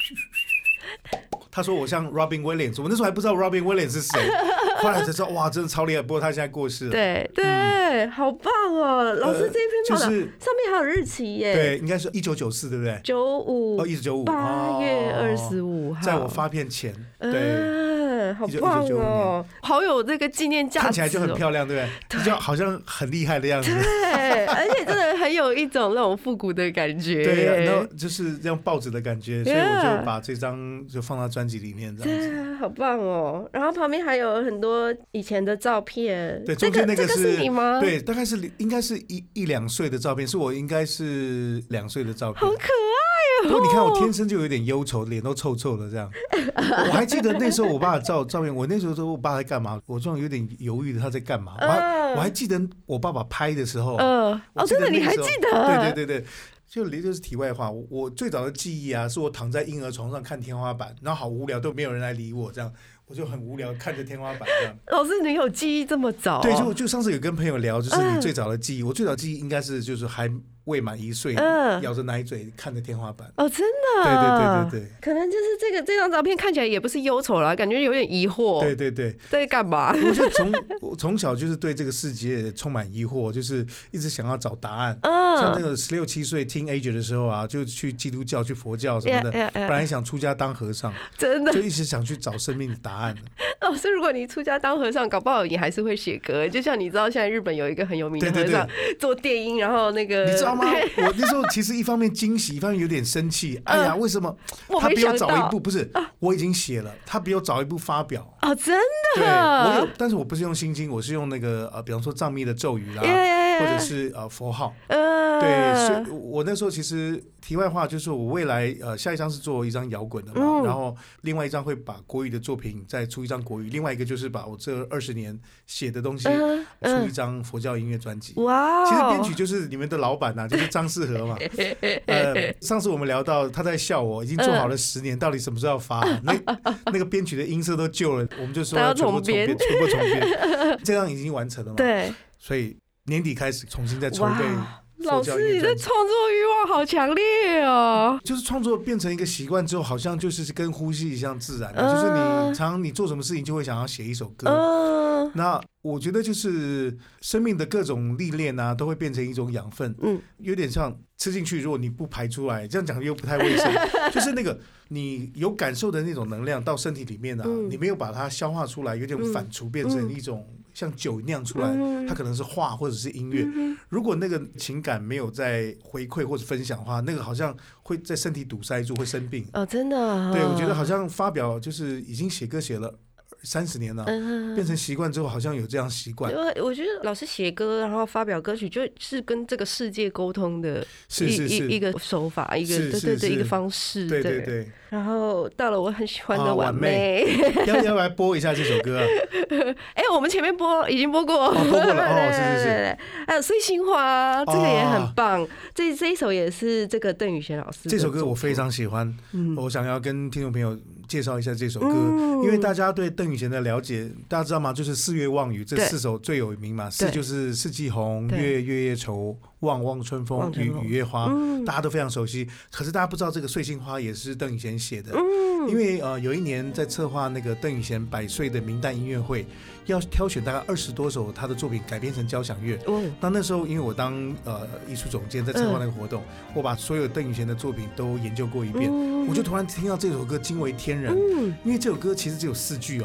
Speaker 3: 他说我像 Robin Williams， 我那时候还不知道 Robin Williams 是谁，后来才知道哇，真的超厉害。不过他现在过世了。
Speaker 2: 对对、嗯，好棒哦！老师这篇报道、呃就是、上面还有日期耶。
Speaker 3: 对，应该是一九九四，对不对？
Speaker 2: 九五哦，
Speaker 3: 一九九五
Speaker 2: 八月二十五号，
Speaker 3: 在我发片前。对。
Speaker 2: 嗯，好棒哦，好有这个纪念价值、哦，
Speaker 3: 看起来就很漂亮，对不对？就好像很厉害的样子。
Speaker 2: 对，而且真的很有一种那种复古的感觉。
Speaker 3: 对，然后就是这样报纸的感觉，所以我就把这张就放到专辑里面，这样子。
Speaker 2: 对，好棒哦！然后旁边还有很多以前的照片。
Speaker 3: 对，中间那个是、
Speaker 2: 这个、是你吗？
Speaker 3: 对，大概是应该是一一两岁的照片，是我应该是两岁的照片。
Speaker 2: 好可爱哦！
Speaker 3: 不过你看我天生就有点忧愁，脸都臭臭的这样。我还记得那时候我爸的照照片，我那时候说我爸在干嘛，我这样有点犹豫的他在干嘛。我还我还记得我爸爸拍的时候，嗯、呃，
Speaker 2: 哦，真的你还记得？
Speaker 3: 对对对对。就就是题外话，我最早的记忆啊，是我躺在婴儿床上看天花板，然后好无聊，都没有人来理我，这样我就很无聊看着天花板这样。
Speaker 2: 老师，你有记忆这么早、哦？
Speaker 3: 对，就就上次有跟朋友聊，就是你最早的记忆，嗯、我最早的记忆应该是就是还未满一岁，嗯、咬着奶嘴看着天花板。
Speaker 2: 哦，真的？
Speaker 3: 对对对对对。
Speaker 2: 可能就是这个这张照片看起来也不是忧愁啦，感觉有点疑惑。
Speaker 3: 对对对。
Speaker 2: 在干嘛？
Speaker 3: 我就从我从小就是对这个世界充满疑惑，就是一直想要找答案。嗯。像那个十六七岁 teenager 的时候啊，就去基督教、去佛教什么的， yeah, yeah, yeah. 本来想出家当和尚，真的就一直想去找生命的答案。
Speaker 2: 老师，如果你出家当和尚，搞不好你还是会写歌。就像你知道，现在日本有一个很有名的和尚做电音，然后那个
Speaker 3: 你知道吗？我那时候其实一方面惊喜，一方面有点生气。哎呀，为什么他比我早一步？不是，我已经写了，他比我早一步发表。
Speaker 2: 哦，真的？
Speaker 3: 对，我有，但是我不是用心经，我是用那个呃，比方说藏密的咒语啦， yeah, 或者是呃佛号。呃，对，所以我那时候其实题外话就是，我未来呃下一张是做一张摇滚的嘛，嗯、然后另外一张会把国语的作品再出一张国语，另外一个就是把我这二十年写的东西出一张佛教音乐专辑。哇、嗯！其实编曲就是你们的老板呐、啊，就是张世和嘛。呃，上次我们聊到他在笑我，已经做好了十年，到底什么时候要发、啊？那那个编曲的音色都旧了，我们就说要全部重编，全部重编。这张已经完成了嘛？对，所以年底开始重新再筹备。
Speaker 2: 老师，你的创作欲望好强烈哦！
Speaker 3: 就是创作变成一个习惯之后，好像就是跟呼吸一样自然的，呃、就是你常常你做什么事情就会想要写一首歌。呃、那我觉得就是生命的各种历练啊，都会变成一种养分。嗯，有点像吃进去，如果你不排出来，这样讲又不太卫生。就是那个你有感受的那种能量到身体里面啊，嗯、你没有把它消化出来，有点反刍，变成一种。像酒酿出来，它可能是画或者是音乐。如果那个情感没有在回馈或者分享的话，那个好像会在身体堵塞住，会生病。
Speaker 2: 哦，真的、啊。
Speaker 3: 对，我觉得好像发表就是已经写歌写了三十年了，嗯、变成习惯之后，好像有这样习惯。
Speaker 2: 我觉得老师写歌，然后发表歌曲，就是跟这个世界沟通的
Speaker 3: 一是是是
Speaker 2: 一个手法，一个
Speaker 3: 是是
Speaker 2: 对对对一个方式。
Speaker 3: 对对对。
Speaker 2: 然后到了我很喜欢的晚妹，
Speaker 3: 啊、要要来播一下这首歌、啊。
Speaker 2: 哎、欸，我们前面播已经播过，
Speaker 3: 哦、播过了哦，是是是。
Speaker 2: 还有碎心花，这个也很棒。哦、这这一首也是这个邓雨贤老师。
Speaker 3: 这首歌我非常喜欢，嗯、我想要跟听众朋友介绍一下这首歌，嗯、因为大家对邓雨贤的了解，大家知道吗？就是四月望雨这四首最有名嘛，四就是四季红，月月夜愁。望望春风，雨雨夜花、嗯，大家都非常熟悉。可是大家不知道这个碎心花也是邓雨贤写的，嗯、因为呃有一年在策划那个邓雨贤百岁的名旦音乐会，要挑选大概二十多首他的作品改编成交响乐。哦、那那时候因为我当呃艺术总监在策划那个活动，嗯、我把所有邓雨贤的作品都研究过一遍，嗯、我就突然听到这首歌惊为天人，嗯、因为这首歌其实只有四句哦。嗯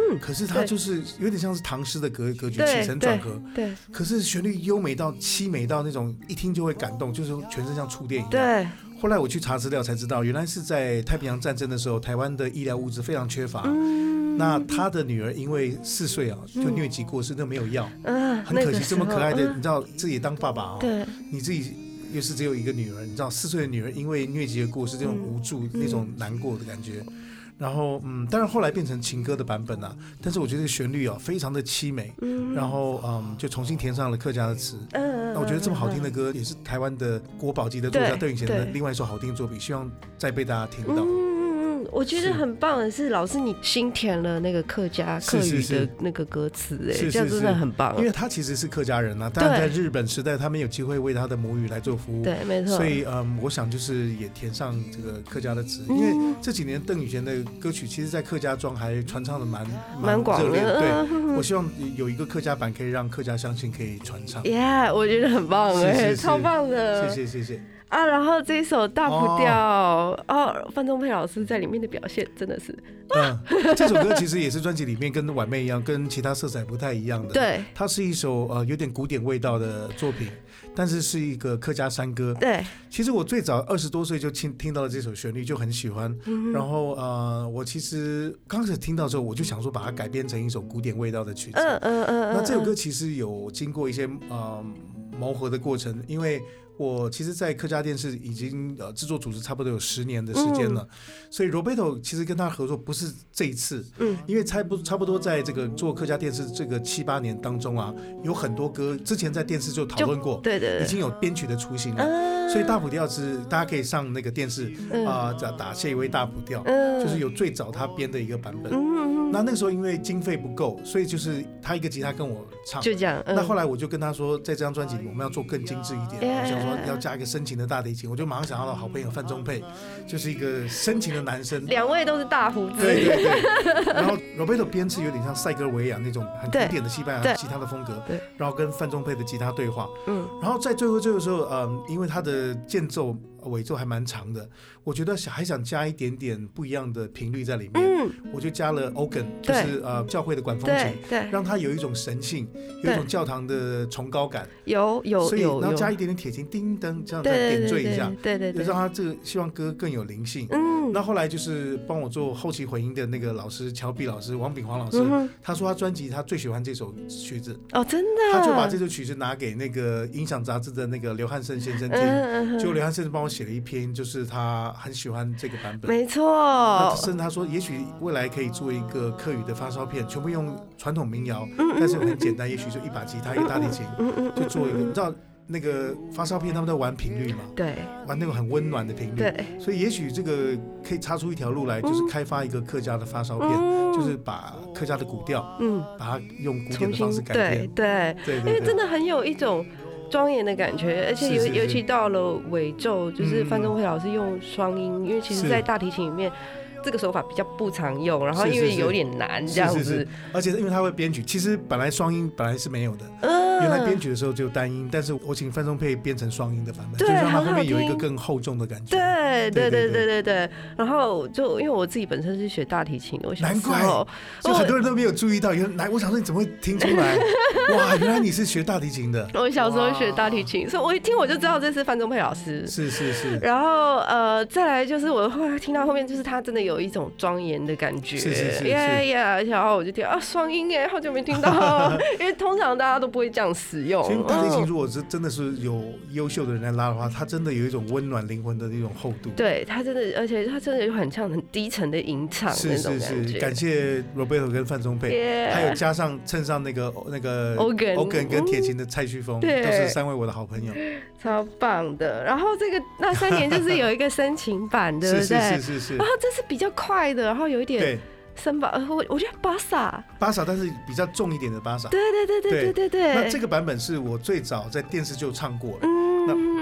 Speaker 2: 嗯，
Speaker 3: 可是它就是有点像是唐诗的格格局，起承转合，
Speaker 2: 对，
Speaker 3: 可是旋律优美到凄美到那种一听就会感动，就是全身像触电一样。
Speaker 2: 对。
Speaker 3: 后来我去查资料才知道，原来是在太平洋战争的时候，台湾的医疗物资非常缺乏。嗯、那他的女儿因为四岁啊就疟疾过世，那没有药，嗯、很可惜，这么可爱的，嗯、你知道自己当爸爸啊、哦，你自己又是只有一个女儿，你知道四岁的女儿因为疟疾而过世，这种无助、嗯、那种难过的感觉。然后嗯，当然后来变成情歌的版本啊，但是我觉得这个旋律啊非常的凄美，嗯、然后嗯就重新填上了客家的词。嗯、那我觉得这么好听的歌，也是台湾的国宝级的作家邓雨贤的另外一首好听作品，希望再被大家听到。
Speaker 2: 嗯，我觉得很棒的是，老师你新填了那个客家客语的那个歌词，哎，这样真的很棒。
Speaker 3: 因为他其实是客家人啊，但在日本时代，他们有机会为他的母语来做服务，
Speaker 2: 对，没错。
Speaker 3: 所以嗯，我想就是也填上这个客家的词，因为这几年邓雨贤的歌曲，其实在客家庄还传唱的蛮
Speaker 2: 蛮广的。
Speaker 3: 对，我希望有一个客家版可以让客家乡亲可以传唱。
Speaker 2: 耶， yeah, 我觉得很棒哎，超棒的，
Speaker 3: 谢谢谢谢。
Speaker 2: 啊，然后这一首大谱调，哦，哦范仲佩老师在里面的表现真的是，
Speaker 3: 嗯，这首歌其实也是专辑里面跟晚妹一样，跟其他色彩不太一样的。
Speaker 2: 对，
Speaker 3: 它是一首呃有点古典味道的作品，但是是一个客家山歌。
Speaker 2: 对，
Speaker 3: 其实我最早二十多岁就听听到了这首旋律，就很喜欢。嗯、然后呃，我其实刚开始听到之后，我就想说把它改编成一首古典味道的曲子。嗯嗯嗯。那这首歌其实有经过一些呃磨合的过程，因为我其实，在客家电视已经呃制作组织差不多有十年的时间了，嗯、所以 Roberto 其实跟他合作不是这一次，嗯，因为差不差不多在这个做客家电视这个七八年当中啊，有很多歌之前在电视就讨论过，
Speaker 2: 对对，
Speaker 3: 已经有编曲的雏形了，嗯、所以大谱调是大家可以上那个电视啊、嗯呃、打谢一威大谱调，嗯、就是有最早他编的一个版本。嗯、那那个时候因为经费不够，所以就是他一个吉他跟我唱，
Speaker 2: 就这样。嗯、
Speaker 3: 那后来我就跟他说，在这张专辑我们要做更精致一点，嗯、我想说要加一个深情的大提琴，我就马上想到了好朋友范仲佩，就是一个深情的男生。
Speaker 2: 两位都是大胡子。
Speaker 3: 对对对。然后 Roberto 编制有点像塞戈维亚那种很古典的西班牙吉他的风格，然后跟范仲佩的吉他对话。嗯。然后在最后最后的时候，嗯，因为他的间奏尾奏还蛮长的，我觉得还想加一点点不一样的频率在里面，嗯、我就加了 organ， 就是呃教会的管风琴，让它有一种神性，有一种教堂的崇高感，
Speaker 2: 有有，
Speaker 3: 所以然后加一点点铁琴叮噔，这样再点缀一下，
Speaker 2: 对对对，
Speaker 3: 让它这个希望歌更有灵性。嗯，那后来就是帮我做后期混音的那个老师乔碧老师、王炳煌老师，嗯、他说他专辑他最喜欢这首曲子，
Speaker 2: 哦，真的，
Speaker 3: 他就把这首曲子拿给那个音响杂志的那个刘汉胜先生听，嗯、就刘汉胜帮我写了一篇，就是他很喜欢这个版本，
Speaker 2: 没错。
Speaker 3: 那甚至他说，也许未来可以做一个客语的发烧片，全部用传统民谣，嗯、但是很简单，也许就一把吉他、一个大提琴，嗯嗯、就做一个，你知道。那个发烧片他们在玩频率嘛，
Speaker 2: 对，
Speaker 3: 玩那种很温暖的频率，
Speaker 2: 对，
Speaker 3: 所以也许这个可以插出一条路来，就是开发一个客家的发烧片，嗯、就是把客家的古调，嗯，把它用古典的方式改编，
Speaker 2: 对对对，因为真的很有一种庄严的感觉，而且尤尤其到了尾奏，就是范仲佩老师用双音，嗯、因为其实在大提琴里面。这个手法比较不常用，然后因为有点难这样子，是是是，
Speaker 3: 而且因为他会编曲，其实本来双音本来是没有的，嗯、原来编曲的时候只有单音，但是我请范仲佩编成双音的版本，就让它后面有一个更厚重的感觉。
Speaker 2: 对对对对对对。然后就因为我自己本身是学大提琴的，我想说，
Speaker 3: 难怪，就很多人都没有注意到，原来我想说你怎么会听出来？哇，原来你是学大提琴的。
Speaker 2: 我小时候学大提琴，所以我一听我就知道这是范仲佩老师。
Speaker 3: 是是是。
Speaker 2: 然后呃，再来就是我后来听到后面，就是他真的有一种庄严的感觉，
Speaker 3: 是是是，
Speaker 2: 呀呀，然后我就听啊双音哎，好久没听到，因为通常大家都不会这样使用。
Speaker 3: 其实大提琴如果是真的是有优秀的人来拉的话，它真的有一种温暖灵魂的那种厚度。
Speaker 2: 对，它真的，而且它真的有很像很低沉的吟唱那种感觉。
Speaker 3: 是是是，感谢 Roberto 跟范仲佩， yeah, 还有加上衬上那个那个
Speaker 2: organ
Speaker 3: organ 跟铁琴的蔡旭峰，都是三位我的好朋友，
Speaker 2: 超棒的。然后这个那三年就是有一个深情版，对不对？
Speaker 3: 是是是是。
Speaker 2: 然后这是比较快的，然后有一点。对森巴，我我觉得巴萨，
Speaker 3: 巴萨，但是比较重一点的巴萨。
Speaker 2: 对对对对对对对。
Speaker 3: 那这个版本是我最早在电视就唱过了。嗯。那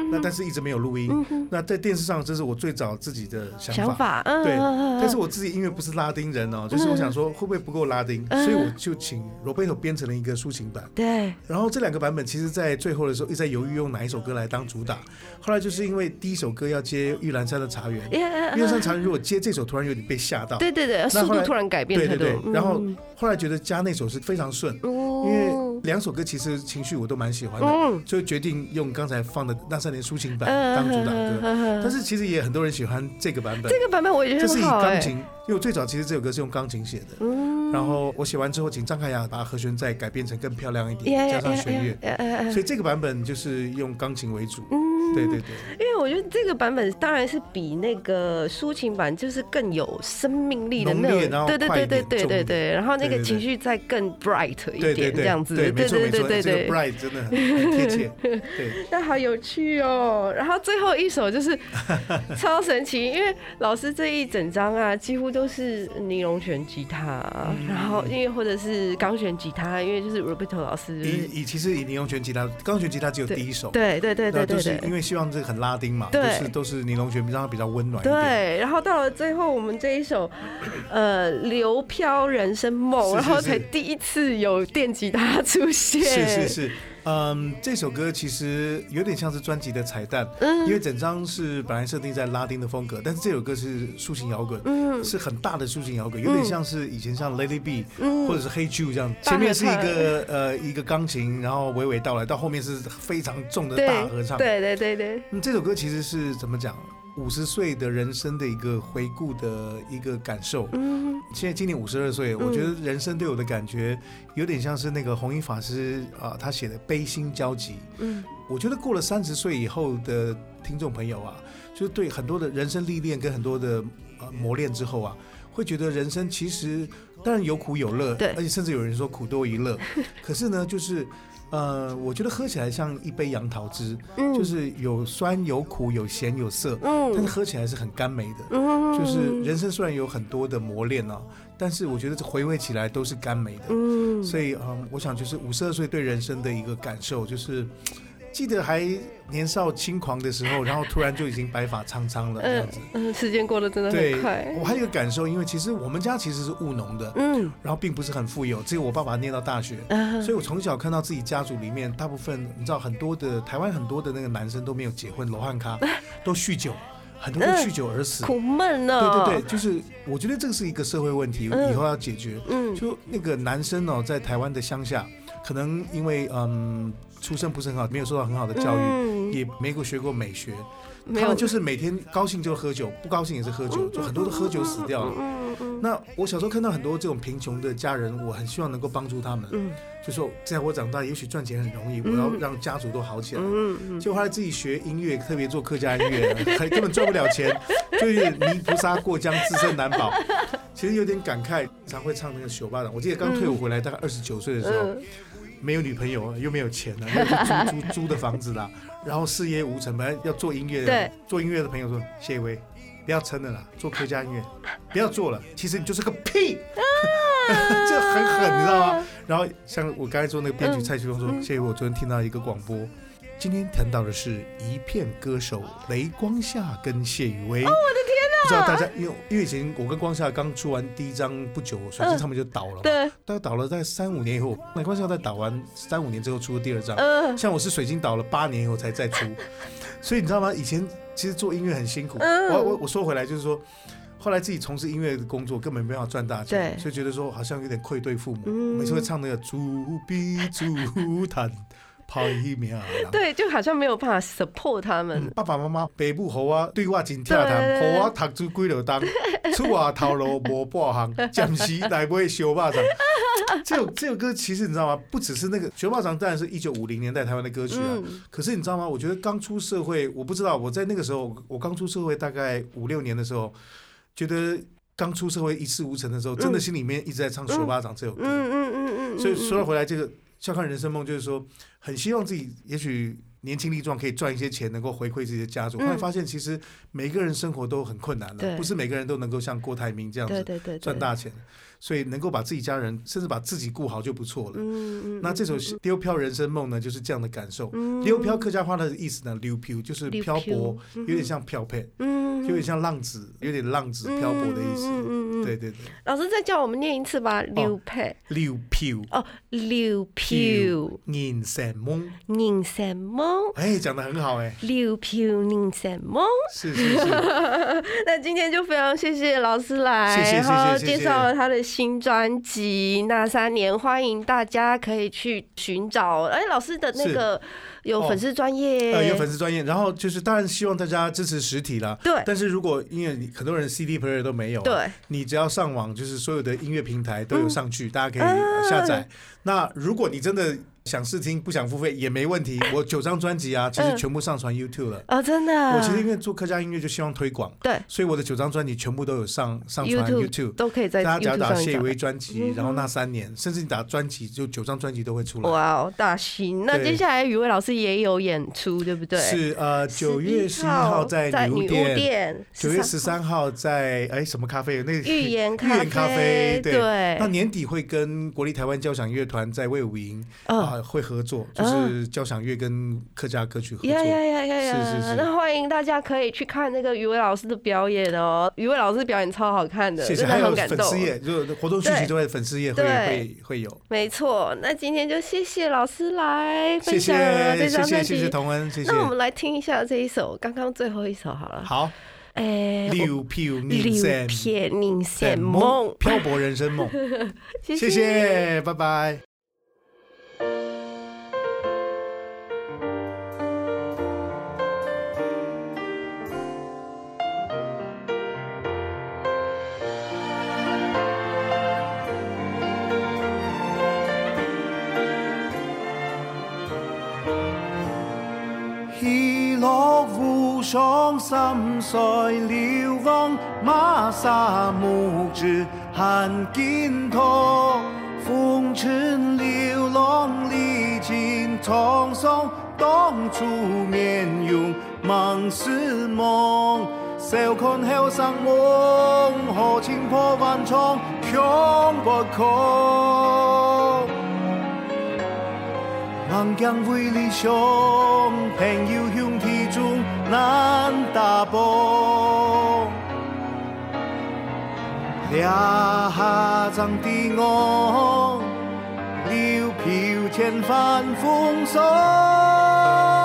Speaker 3: 那但是一直没有录音。那在电视上，这是我最早自己的想法。
Speaker 2: 想法，嗯，
Speaker 3: 对。但是我自己因为不是拉丁人哦，就是我想说会不会不够拉丁，所以我就请 Roberto 编成了一个抒情版。
Speaker 2: 对。
Speaker 3: 然后这两个版本其实，在最后的时候一直在犹豫用哪一首歌来当主打。后来就是因为第一首歌要接玉兰山的茶园，玉兰山茶园如果接这首，突然有点被吓到。
Speaker 2: 对对对，速度突然改变太多。
Speaker 3: 对对对。然后后来觉得加那首是非常顺，因为两首歌其实情绪我都蛮喜欢的，所以决定用刚才放的那三年抒情版当主打歌。但是其实也很多人喜欢这个版本，
Speaker 2: 这个版本我也觉得很好。
Speaker 3: 这是以钢琴，因为我最早其实这首歌是用钢琴写的，然后我写完之后，请张凯雅把和弦再改变成更漂亮一点，加上弦乐，所以这个版本就是用钢琴为主。对对对，
Speaker 2: 因为我觉得这个版本当然是比那个抒情版就是更有生命力的那种，对对对对对对对，然后那个情绪再更 bright 一点这样子，
Speaker 3: 对没错没错，这个 bright 真的很贴切，对，
Speaker 2: 那好有趣哦。然后最后一首就是超神奇，因为老师这一整张啊，几乎都是尼龙弦吉他，然后因为或者是钢弦吉他，因为就是 Roberto 老师
Speaker 3: 以以其实以尼龙弦吉他，钢弦吉他只有第一首，
Speaker 2: 对对对对对对，
Speaker 3: 因为希望这个很拉丁嘛，都是都是尼龙弦，让它比较温暖一点。
Speaker 2: 对，然后到了最后，我们这一首呃《流飘人生梦》，然后才第一次有电吉他出现。
Speaker 3: 是是是。嗯，这首歌其实有点像是专辑的彩蛋，嗯，因为整张是本来设定在拉丁的风格，但是这首歌是抒情摇滚，嗯，是很大的抒情摇滚，有点像是以前像 Let It Be，嗯，或者是 Hey Jude 这样，前面是一个呃一个钢琴，然后娓娓道来，到后面是非常重的大合唱，
Speaker 2: 对对对对。
Speaker 3: 嗯，这首歌其实是怎么讲？五十岁的人生的一个回顾的一个感受。嗯，现在今年五十二岁，嗯，我觉得人生对我的感觉有点像是那个弘一法师啊，他写的悲心交集。嗯，我觉得过了三十岁以后的听众朋友啊，就是对很多的人生历练跟很多的呃磨练之后啊，会觉得人生其实当然有苦有乐，对，而且甚至有人说苦多于乐。可是呢，就是呃，我觉得喝起来像一杯杨桃汁，嗯，就是有酸有苦有咸有涩，嗯，但是喝起来是很甘美的，嗯，就是人生虽然有很多的磨练哦，但是我觉得回味起来都是甘美的，嗯，所以嗯，我想就是五十二岁对人生的一个感受就是。记得还年少轻狂的时候，然后突然就已经白发苍苍了，这样子。
Speaker 2: 嗯，时间过得真的很快。
Speaker 3: 我还有一个感受，因为其实我们家其实是务农的，嗯，然后并不是很富有，只有我爸爸念到大学，嗯，所以我从小看到自己家族里面大部分，你知道很多的台湾很多的那个男生都没有结婚，罗汉咖都酗酒。很多都酗酒而死，
Speaker 2: 苦闷哦。
Speaker 3: 对对对，就是我觉得这个是一个社会问题，以后要解决。嗯，就那个男生哦，在台湾的乡下，可能因为嗯出身不是很好，没有受到很好的教育，嗯，也没过学过美学，他们就是每天高兴就喝酒，不高兴也是喝酒，就很多都喝酒死掉了。嗯嗯，那我小时候看到很多这种贫穷的家人，我很希望能够帮助他们。嗯，就说在我长大，也许赚钱很容易，我要让家族都好起来。嗯嗯，结果后来自己学音乐，特别做客家音乐，还根本赚不了钱，就是泥菩萨过江，自身难保。其实有点感慨，常会唱那个《手巴掌》。我记得刚退伍回来，大概二十九岁的时候。没有女朋友，又没有钱了，又租租租的房子啦，然后事业无成，本来要做音乐的，做音乐的朋友说：“谢一威，不要撑了啦，做客家音乐，不要做了，其实你就是个屁，这很狠，你知道吗？”然后像我刚才说那个编剧蔡徐坤说：“谢一威，我昨天听到一个广播，今天谈到的是一片歌手雷光夏跟谢宇威。”哦，我的天！不知道大家，因为因为以前我跟光夏刚出完第一张不久，水晶他们就倒了嘛，对，大概倒了在三五年以后，那光夏在倒完三五年之后出了第二张，嗯，像我是水晶倒了八年以后才再出，所以你知道吗？以前其实做音乐很辛苦，嗯，我我我说回来就是说，后来自己从事音乐的工作根本没办法赚大钱，所以觉得说好像有点愧对父母，嗯，每次会唱那个竹笔竹弹。跑一秒，
Speaker 2: 对，就好像没有办法 support 他们。
Speaker 3: 嗯，爸爸妈妈爸母给我对我真疼痛，给我读书几落档，出外头路无半行，暂时来买小巴掌。这首这首歌其实你知道吗？不只是那个小巴掌，当然是一九五零年代台湾的歌曲啊。嗯，可是你知道吗？我觉得刚出社会，我不知道我在那个时候，我刚出社会大概五六年的时候，觉得刚出社会一事无成的时候，真的心里面一直在唱小巴掌这首歌。嗯嗯嗯嗯。所以说到回来这个。笑看人生梦，就是说，很希望自己，也许年轻力壮，可以赚一些钱，能够回馈自己的家族。后来发现，其实每个人生活都很困难了，不是每个人都能够像郭台铭这样子赚大钱。所以能够把自己家人，甚至把自己顾好就不错了。嗯嗯、那这首《溜飘人生梦》呢，就是这样的感受。嗯、溜飘客家话的意思呢，溜飘就是漂泊，有点像漂配，嗯、有点像浪子，有点浪子漂泊的意思。嗯嗯嗯、对对对。
Speaker 2: 老师再叫我们念一次吧，溜配。
Speaker 3: 溜飘。
Speaker 2: 哦，溜飘。
Speaker 3: 人生梦。
Speaker 2: 人生梦。
Speaker 3: 哎，讲得很好哎。
Speaker 2: 溜飘人生梦。
Speaker 3: 是是是。
Speaker 2: 那今天就非常谢谢老师来，
Speaker 3: 谢谢谢谢谢谢。
Speaker 2: 介绍了他的新专辑《那三年》，欢迎大家可以去寻找。哎，老师的那个有粉丝专页、
Speaker 3: 哦呃，有粉丝专页，然后就是当然希望大家支持实体啦。
Speaker 2: 对。
Speaker 3: 但是如果因为很多人 C D player 都没有、啊，
Speaker 2: 对，
Speaker 3: 你只要上网，就是所有的音乐平台都有上去，嗯、大家可以下载。啊、那如果你真的想试听不想付费也没问题，我九张专辑啊，其实全部上传 YouTube 了。
Speaker 2: 哦，真的、啊。
Speaker 3: 我其实因为做客家音乐就希望推广，
Speaker 2: 对，
Speaker 3: 所以我的九张专辑全部都有上上传 YouTube，, YouTube
Speaker 2: 都可以在 YouTube 上。
Speaker 3: 大家只要打谢宇威专辑，嗯、然后那三年，甚至你打专辑，就九张专辑都会出来。
Speaker 2: 哇哦，大新！那接下来宇威老师也有演出，对不对？
Speaker 3: 是呃，九月十一号在女巫店，九月十三号在哎什么咖啡？那个
Speaker 2: 寓言咖啡。
Speaker 3: 寓言咖啡，对。
Speaker 2: 对
Speaker 3: 那年底会跟国立台湾交响乐团在魏武营啊会合作。就是交响乐跟客家歌曲合作，
Speaker 2: 呀呀呀呀
Speaker 3: 呀！是是是。
Speaker 2: 那欢迎大家可以去看那个宇威老师的表演哦，宇威老师表演超好看的，
Speaker 3: 谢谢。还有粉丝页，就活动讯息都在粉丝页会会会有。
Speaker 2: 没错，那今天就谢谢老师来分享这张专辑，
Speaker 3: 谢谢谢谢童恩，谢谢。
Speaker 2: 那我们来听一下这一首，刚刚最后一首好了。
Speaker 3: 好。
Speaker 2: 哎，
Speaker 3: 溜飘
Speaker 2: 人生梦，
Speaker 3: 漂泊人生梦。
Speaker 2: 谢谢，
Speaker 3: 谢谢，拜拜。上三岁流亡，马沙木之汉金头，风尘流浪历经沧桑，当初面容忙似梦，笑看后生梦，何情破万重，强不空。望江为理想，朋友兄弟中难打破。俩张的我，流飘千帆风霜。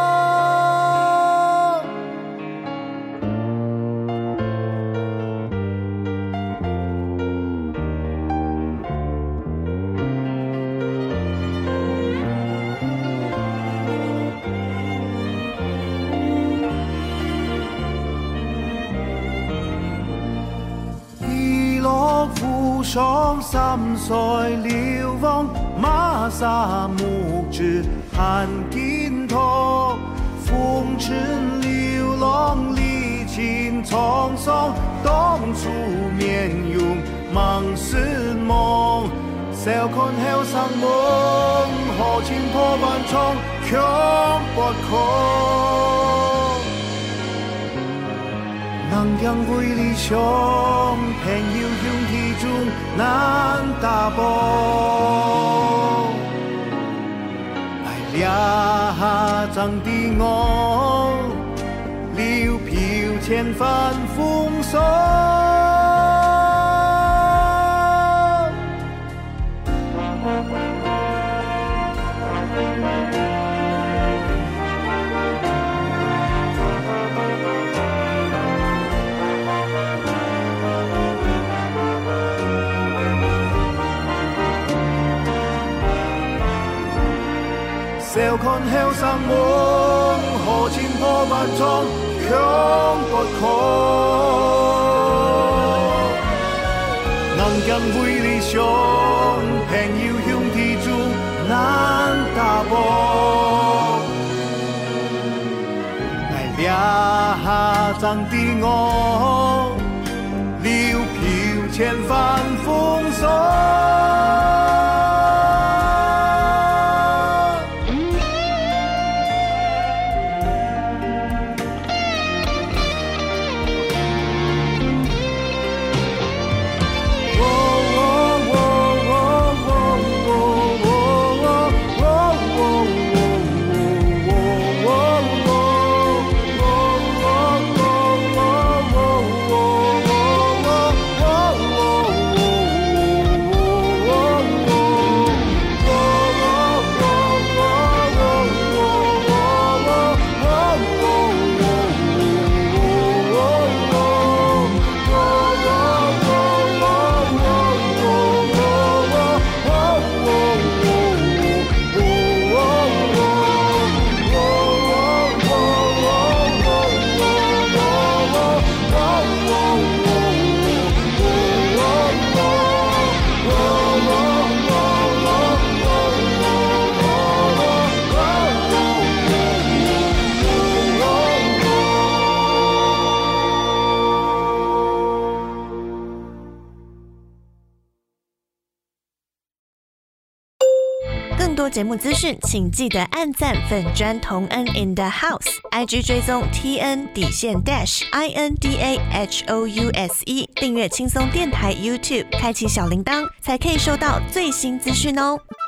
Speaker 3: 上三岁流亡，马沙木之汉金头，风尘流浪历经沧桑，当初面容忙似梦，笑看后生梦，何情破万重，强不空。人江为理想，朋友兄弟中难打破。来俩张的我，流飘千帆风霜。笑看後生夢，何情破萬重，強不空。能更為理想，朋友兄弟中難打破。來俩張的我，流飄千帆風霜。
Speaker 5: 多节目资讯，请记得按赞粉专同恩 in the house，I G 追踪 T N 底线 dash I N D A H O U S E， 订阅轻松电台 YouTube， 开启小铃铛，才可以收到最新资讯哦。